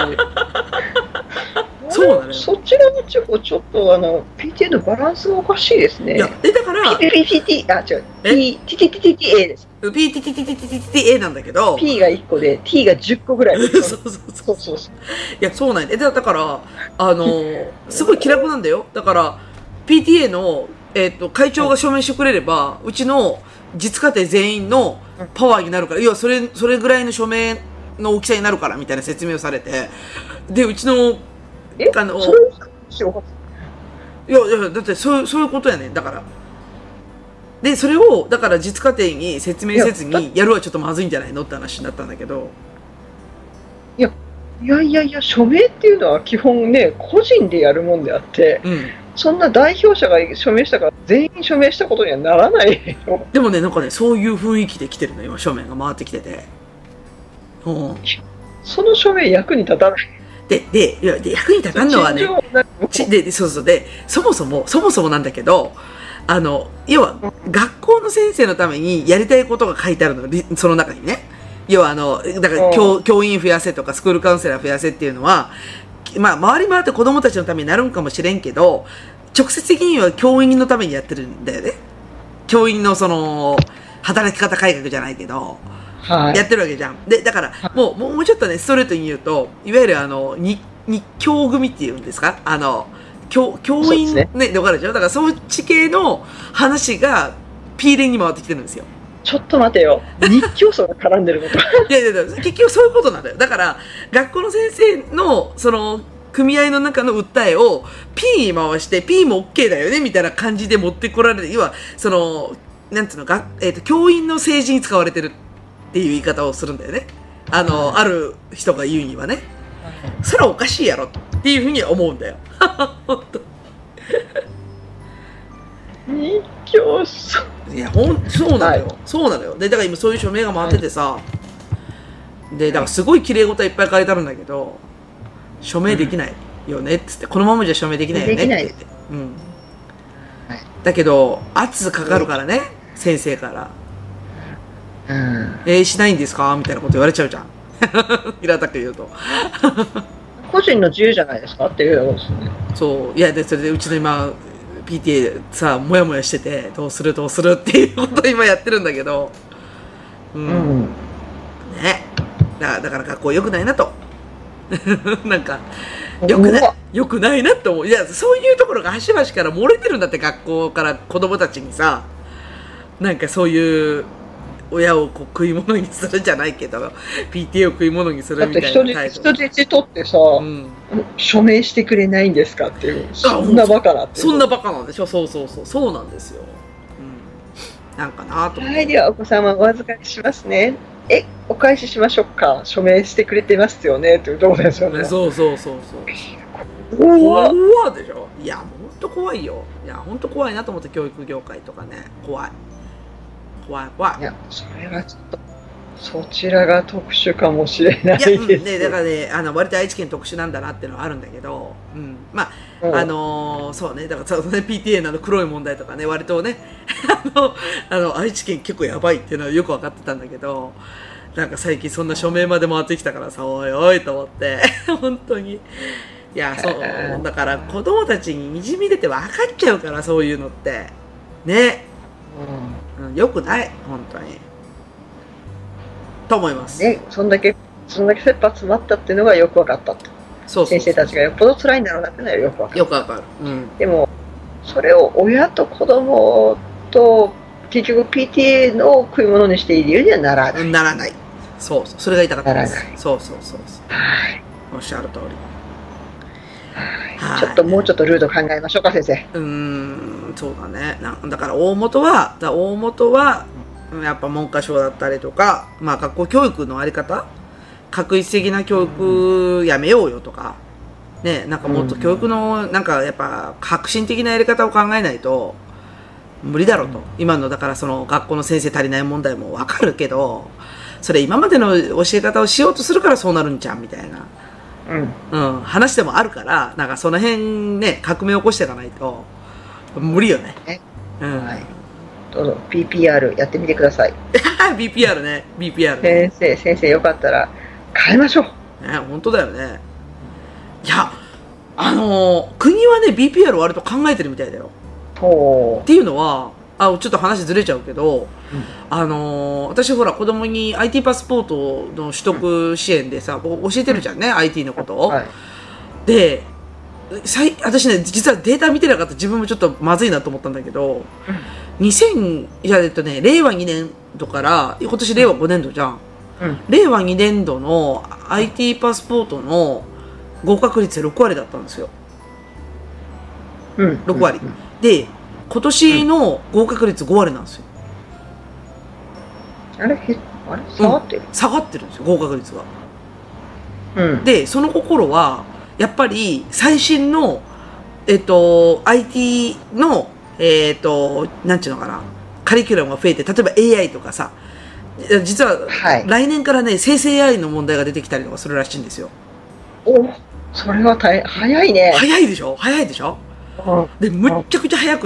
そうなのよ。 そちらの地方、ちょっとあの、ピーティーエー のバランスがおかしいですね。 いや、え、だから、 ピーティー、あ、違う。P、ティティティティティ A です。 ピーティティティティティティ A なんだけど、 P がいっこで T がじゅっこぐらい。 そうそうそうそうそう。 いや、そうなんだ。だから、あの、すごい気楽なんだよ。だから、ピーティーエー の、えっと、会長が署名してくれれば、うちの実家庭全員のパワーになるから、要はそれ、それぐらいの署名の大きさになるから、みたいな説明をされて、で、うちの、 えあの、 そういういや、いや、だってそういう、そういうことやねん。だから。で、それを、だから実家庭に説明せずにやるはちょっとまずいんじゃないのって話になったんだけど。 いや、いやいやいや、署名っていうのは基本ね、個人でやるもんであって、うん、そんな代表者が署名したから全員署名したことにはならないよ。 でもね、なんかね、そういう雰囲気で来てるの、今、署名が回ってきてて。うん。 その署名役に立たない。 で、で、いや、で、役に立たんのはね、ちで、そうそう、で、そもそも、そもそもなんだけど、あの、要は、学校の先生のためにやりたいことが書いてあるの、その中にね。要は、あの、だから教、教員増やせとか、スクールカウンセラー増やせっていうのは、まあ、回り回って子供たちのためになるんかもしれんけど、直接的には教員のためにやってるんだよね。教員のその、働き方改革じゃないけど、はい、やってるわけじゃん。で、だから、もう、もうちょっとね、ストレートに言うと、いわゆるあの、日、日教組っていうんですかあの、教、教員ね、でわかるでしょだから、そっち系の話が、ピーレンに回ってきてるんですよ。 ちょっと待てよ。日教組が絡んでるのか。 いやいやいや、結局そういうことなんだよ。だから、学校の先生の、その、組合の中の訴えを P に回して、P も OK だよねみたいな感じで持ってこられる。要は、その、なんつうのか、えっと、教員の政治に使われてるっていう言い方をするんだよね。あの、はい、ある人が言うにはね。それはおかしいやろっていうふうに思うんだよ。本当。 日教組。いや、ほん、そうなのよ。はい、そうなのよ。で、だから今そういう署名が回っててさ、はい、で、だからすごい綺麗事いっぱい書いてあるんだけど、署名できないよねっつって、このままじゃ署名できないよねって言って。うん。はい、だけど、圧かかるからね、先生から。うん、えー、しないんですかみたいなこと言われちゃうじゃん。平たく言うと。 個人の自由じゃないですかっていうことですね。 そう。いや、で、それでうちの今、ピーティーエー さ、もやもやしてて、どうするどうするっていうことを今やってるんだけど。うん。うん、ね。だ, だから学校良くないなと。なんか、良くない、良くないなって思う。いや、そういうところが端々から漏れてるんだって、学校から子供たちにさ、なんかそういう、親をこう食い物にするじゃないけど、ピーティーエー を食い物にするみたいな態度。 だって人質取ってさ、うん、署名してくれないんですかっていう、そんなバカなって。 そんなバカなんでしょ。そうそうそう、そうなんですよ。うん、なんかなと思って。 はい、ではお子様お預かりしますね。え、お返ししましょうか。署名してくれてますよねっていうところですよね。 そうそうそうそう。怖いでしょ。いや、ほんと怖いよ。いや、ほんと怖いなと思って、教育業界とかね、怖い。怖い怖い。いや、それはちょっと、そちらが特殊かもしれないです。いや、うん、 ね、だからね、あの、割と愛知県特殊なんだなっていうのはあるんだけど、うん。まあ、うん、あのー、そうね、だからそのね、ピーティーエー のあの黒い問題とかね、割とね、あの、あの、愛知県結構やばいっていうのはよく分かってたんだけど、なんか最近そんな署名まで回ってきたからさ、おいおいと思って、本当に。いや、そう、だから子供たちに滲み出て分かっちゃうから、そういうのって。ね。うん、よくない、本当に。と思います。 ね、そんだけ、そんだけ切羽詰まったっていうのがよく分かったと。そうそうそう、先生たちがよっぽど辛いんだろうなっていうのはよく分かる。 よく分かる。うん、 でも、それを親と子供と、結局 ピーティーエー の食い物にしていい理由にはならない。 ならない。そうそう、それが言いたかったです。 ならない。 そうそうそうそう。はい。おっしゃる通り。 はい。ちょっともうちょっとルート考えましょうか、先生。 うーん、そうだね。なだから大元は、だ大元は、やっぱ文科省だったりとか、まあ学校教育のあり方、画一的な教育やめようよとか、 ね、なんかもっと教育の、なんかやっぱ革新的なやり方を考えないと、無理だろうと。今の、だからその学校の先生足りない問題もわかるけど、それ今までの教え方をしようとするからそうなるんちゃうみたいな。うん。うん。話でもあるから、なんかその辺ね、革命を起こしていかないと、無理よね。 ね。 うん。 はい。どうぞ、ビーピーアール やってみてください。 ビーピーアール ね。ビーピーアール、 ね。先生、先生よかったら、変えましょう。 ね、本当だよね。いや、あのー、国はね、ビーピーアール 割と考えてるみたいだよ。 ほう。 っていうのは、あ、ちょっと話ずれちゃうけど、 うん、 あのー、私ほら子供に アイティー パスポートの取得支援でさ、うん、教えてるじゃんね、うん、アイティー のことを。はい、で、私ね、実はデータ見てなかった自分もちょっとまずいなと思ったんだけど、うん、にせん、いや、えっとね、れいわにねんどから、今年れいわごねんどじゃん。うん、れいわにねんどの アイティー パスポートの合格率ろくわりだったんですよ。うん、ろくわり。うん、で、今年の合格率ごわりなんですよ。 あれへあれ下がってる、うん、 下がってるんですよ、合格率が。 うん、 で、その心は、やっぱり最新の、えっと、アイティー の、えっと、なんちゅうのかな、カリキュラムが増えて、例えば エーアイ とかさ、実は、来年からね、生成 エーアイ の問題が出てきたりとかするらしいんですよ。 お、それは大早いね。 早いでしょ早いでしょで、むっちゃくちゃ早くって、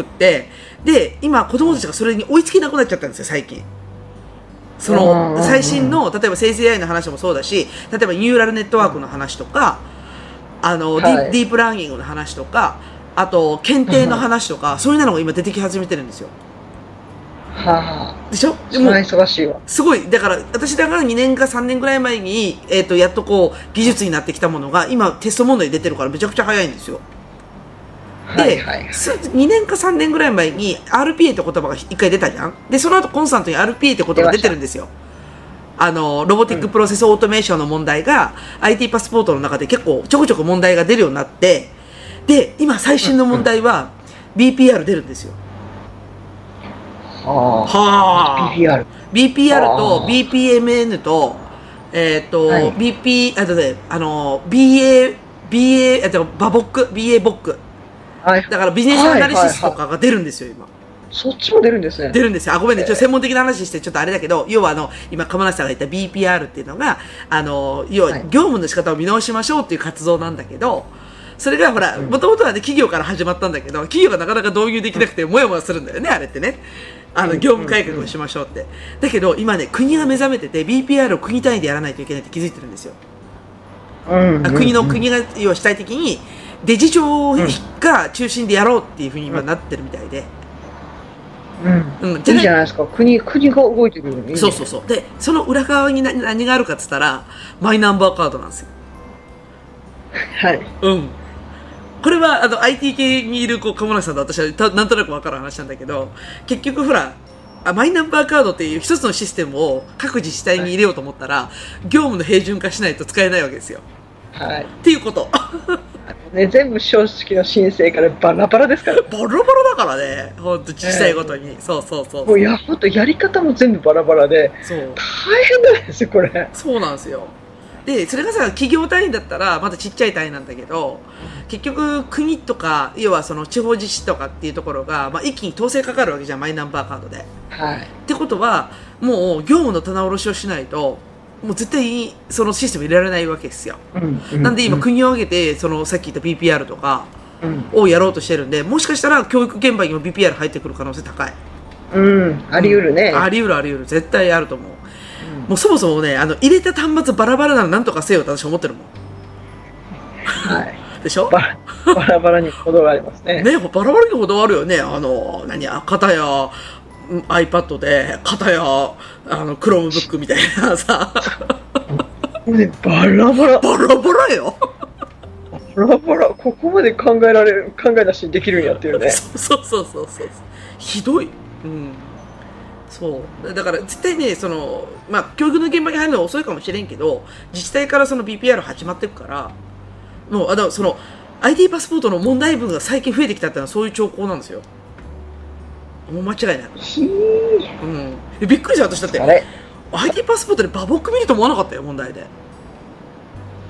で、今子供たちがそれに追いつけなくなっちゃったんですよ、最近。その、最新の、例えば生成 エーアイ の話もそうだし、例えばニューラルネットワークの話とか、あの、はい、ディ、ディープラーニングの話とか、あと、検定の話とか、うん、そういうのが今出てき始めてるんですよ。 はあ。 でしょでも、忙しいわ。 すごい。だから、私だからにねんかさんねんぐらい前に、えっと、やっとこう、技術になってきたものが、今、テスト問題に出てるからめちゃくちゃ早いんですよ。で、はいはいはい、にねんかさんねんぐらい前に アールピーエー って言葉が一回出たじゃん。で、その後コンスタントに アールピーエー って言葉が出てるんですよ。あの、ロボティックプロセスオートメーションの問題が、うん、アイティー パスポートの中で結構ちょこちょこ問題が出るようになって、で、今最新の問題は ビーピーアール 出るんですよ。 はあ。 はあ。 ビーピーアール。 ビーピーアール と ビーピーエムエヌ と、えっ、ー、と、はい、ビーピー、あとね、あの、ビーエー、ビーエー、えっと、バボック、ビーエー ボック。 はい、 だからビジネスアナリシスとかが出るんですよ、今。 そっちも出るんですね。 出るんですよ。あ、ごめんね。ちょっと専門的な話してちょっとあれだけど、要はあの、今、釜梨さんが言った ビーピーアール っていうのが、あの、要は業務の仕方を見直しましょうっていう活動なんだけど、それがほら、もともとはね、企業から始まったんだけど、企業がなかなか導入できなくて、もやもやするんだよね、あれってね。あの、業務改革をしましょうって。だけど、今ね、国が目覚めてて、ビーピーアール を国単位でやらないといけないって気づいてるんですよ。うん、国の、国が、要は主体的に、デジ庁が中心でやろうっていうふうに今なってるみたいで。 うん。うん、いいじゃないですか。国、国が動いてるよね。 そうそうそう。で、その裏側に何、何があるかって言ったら、マイナンバーカードなんですよ。 はい。 うん。これは、あの、アイティー 系にいる、こう、鴨梨さんと私はた、なんとなくわかる話なんだけど、結局ほら、あマイナンバーカードっていう一つのシステムを各自治体に入れようと思ったら、はい、業務の平準化しないと使えないわけですよ。 はい。 っていうこと。 ね、全部正直の申請からバラバラですから。 バラバラだからね。ほんと自治体ごとに。えー、そうそうそう。 もういや、ほんとやり方も全部バラバラで。そう。大変なんですよ、これ。 そうなんですよ。で、それがさ、企業単位だったら、まだちっちゃい単位なんだけど、結局、国とか、要はその地方自治とかっていうところが、まあ、一気に統制かかるわけじゃん、マイナンバーカードで。 はい。 ってことは、もう、業務の棚卸しをしないと、もう絶対にそのシステム入れられないわけですよ。うんうん、なんで今、国を挙げて、そのさっき言った ビーピーアール とかをやろうとしてるんで、もしかしたら教育現場にも ビーピーアール 入ってくる可能性高い。 うん、あり得るね。 うん、あり得るあり得る。絶対あると思う。うん、もうそもそもね、あの、入れた端末バラバラならなんとかせよって私思ってるもん。 はい。 でしょバラバラバラにほどがありますね。 ね、バラバラにほどあるよね。あの、何や、片や、iPad で、片や、あの、Chromebook みたいなさ。 ね、バラバラ。 バラバラよ。 バラバラ。ここまで考えられる、考えなしにできるんやっていうね。 そうそうそうそう。ひどい。うん。そう。だから絶対ね、その、まあ、教育の現場に入るのは遅いかもしれんけど、自治体からその ビーピーアール 始まっていくから、もう、あの、その、アイティー パスポートの問題文が最近増えてきたってのはそういう兆候なんですよ。もう間違いない。うん。びっくりした、私だって。あれ アイティー パスポートでバボック見ると思わなかったよ、問題で。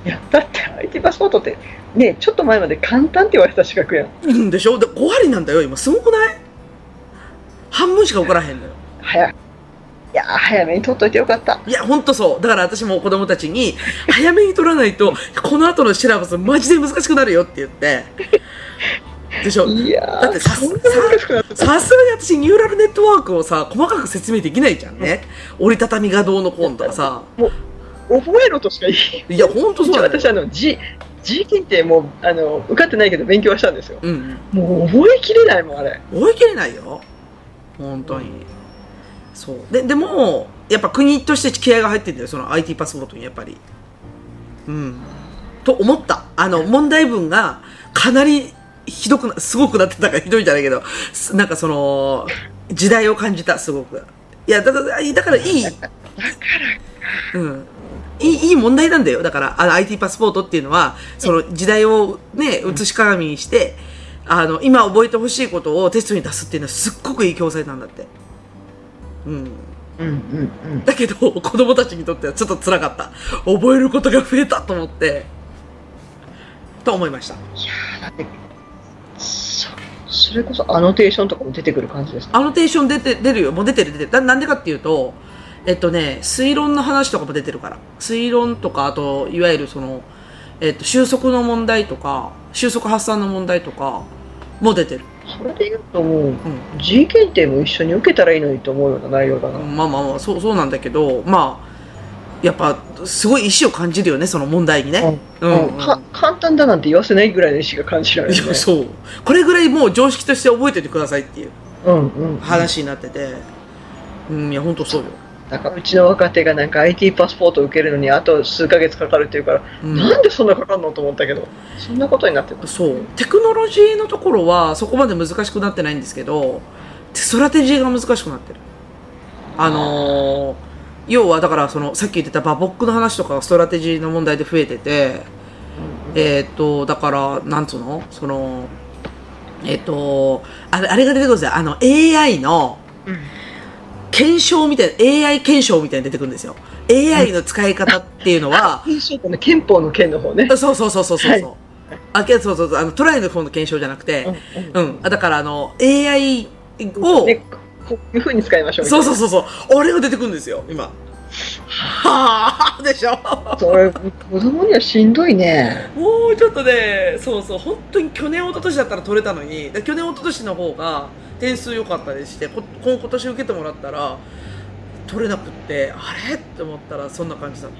いや、だって アイティー パスポートって、ね、ちょっと前まで簡単って言われた資格やん。 うんでしょ。でご割なんだよ、今。すごくない？半分しか受からへんのよ。 早い。いや早めに取っといてよかった。 いや、ほんとそう。だから私も子供たちに、早めに取らないと、この後のシラバスマジで難しくなるよって言って。でしょ。 いやだってさすがに私ニューラルネットワークをさ、細かく説明できないじゃんね。折りたたみがどうのこうのとかさ。 もう、覚えろとしか言えいや、ほんとそうだよ。 私、あの、G、G 検定もあの受かってないけど勉強はしたんですよ。 うん、 もう覚えきれないもん、あれ。 覚えきれないよ。本当に。そうででもやっぱ国として気合が入ってるんだよ、その アイティー パスポートにやっぱり。うんと思った。あの問題文がかなりひどくな、すごくなってたからひどいんじゃないけど、なんかその時代を感じた、すごく。いやだからだからいいだからうんいいいい問題なんだよ。だからあの アイティー パスポートっていうのはその時代をね映し鏡にして、あの今覚えてほしいことをテストに出すっていうのはすっごくいい教材なんだって。うん、うんうんうんだけど子供たちにとってはちょっと辛かった。覚えることが増えたと思ってと思いました。いやだってそ, それこそアノテーションとかも出てくる感じですか？ アノテーション出て出るよ。もう出てる出てる。だなんでかっていうと、えっとね推論の話とかも出てるから。推論とか、あといわゆるその、えっと、収束の問題とか収束発散の問題とかも出てる。 それで言うともう、うん、G 検定も一緒に受けたらいいのにと思うような内容だな。 まあまあまあそうそうなんだけど、まあやっぱすごい意志を感じるよね、その問題にね。 うんうんうん、か簡単だなんて言わせないぐらいの意志が感じられる、ね、 いやそうこれぐらいもう常識として覚えておいてくださいっていう話になってて、うん、うん、いや本当そうよ。 なんかうちの若手がなんか アイティー パスポート受けるのにあと数ヶ月かかるっていうから、うん、なんでそんなかかるのと思ったけど、そんなことになってる。 そうテクノロジーのところはそこまで難しくなってないんですけど、ストラテジーが難しくなってる。あのー、要はだからそのさっき言ってたバボックの話とかがストラテジーの問題で増えてて、うん、えっ、ー、とだからなんつうのそのえっ、ー、とあれあれが出てくるんですよ。あの エーアイ の、うん検証みたいな、エーアイ 検証みたいに出てくるんですよ。エーアイ の使い方っていうのは、 検証ってね、憲法の件の方ね。 そうそうそうそうそう。はい、あ、けそうそうそう、あのトライの方の検証じゃなくて、うん、うんうん、だからあの エーアイ を、ね、 こういう風に使いましょうみたいな。そうそうそうそう、あれが出てくるんですよ今。はあでしょ。 それ子供にはしんどいね。 もうちょっとね、そうそう本当に去年一昨年だったら取れたのに、去年一昨年の方が点数良かったりして、こ今年受けてもらったら取れなくって、あれって思ったらそんな感じだった。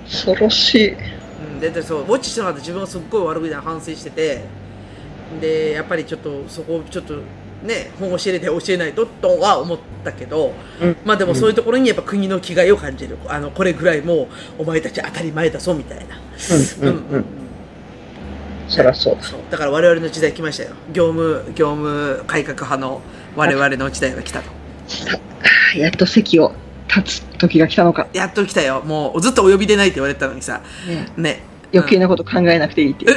恐ろしい。 うん、ででそうウォッチしてなかった自分がすっごい悪くて反省してて、でやっぱりちょっとそこをちょっとね本教えて教えないととは思ったけど、うん、まあでもそういうところにやっぱ国の気概を感じる。あのこれぐらいもうお前たち当たり前だぞみたいな。うんうんうん。 そりゃそうだ。 だから我々の時代来ましたよ。業務業務改革派の我々の時代が来たと。 やっと席を立つ時が来たのか。 やっと来たよ。もうずっとお呼びでないって言われてたのにさ。ね。ね余計なこと考えなくていいっていう。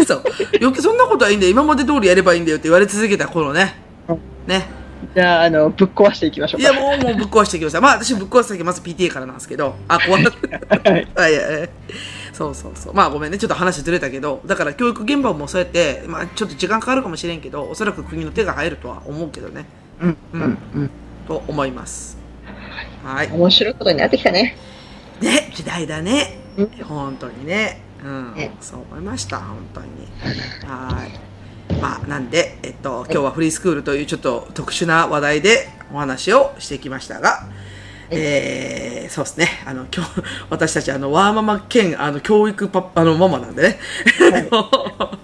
そう。余計そんなことはいいんだよ。今まで通りやればいいんだよって言われ続けた頃ね。うん、ね。 じゃあ、あの、ぶっ壊していきましょうか。 いや、もう、もうぶっ壊していきました。まあ、私ぶっ壊すときまず ピーティーエー からなんですけど。あ、怖い。はい。はい。そうそうそう。まあ、ごめんね。ちょっと話ずれたけど。だから、教育現場もそうやって、まあ、ちょっと時間かかるかもしれんけど、おそらく国の手が入るとは思うけどね。うん。うん。うん。と思います。はい。 面白いことになってきたね。 ね、時代だね。うん、本当にね。うん。ね、そう思いました。本当に。はい。まあ、なんで、えっと、今日はフリースクールというちょっと特殊な話題でお話をしてきましたが、えー、そうですね。あの、今日、私たち、あの、ワーママ兼、あの、教育パあの、ママなんでね。 はい、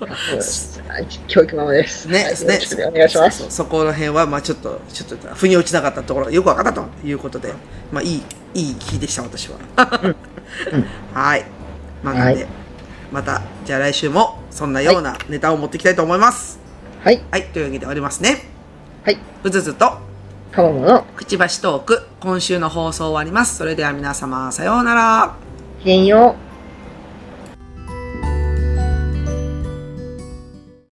教育ママです。 ね、ですね。よろしくお願いします。そ, そ, そこら辺は、まあちょっと、ちょっと、腑に落ちなかったところがよくわかったということで、まあいい、いい日でした、私は。うんうん、はい。まあ、なんで、はい、また、じゃあ来週も、そんなようなネタを持っていきたいと思います。はい。はい。というわけで終わりますね。はい。うずずと、 かももの、 くちばしトーク、今週の放送終わります。それでは皆様、さようなら。 ごきげんよう。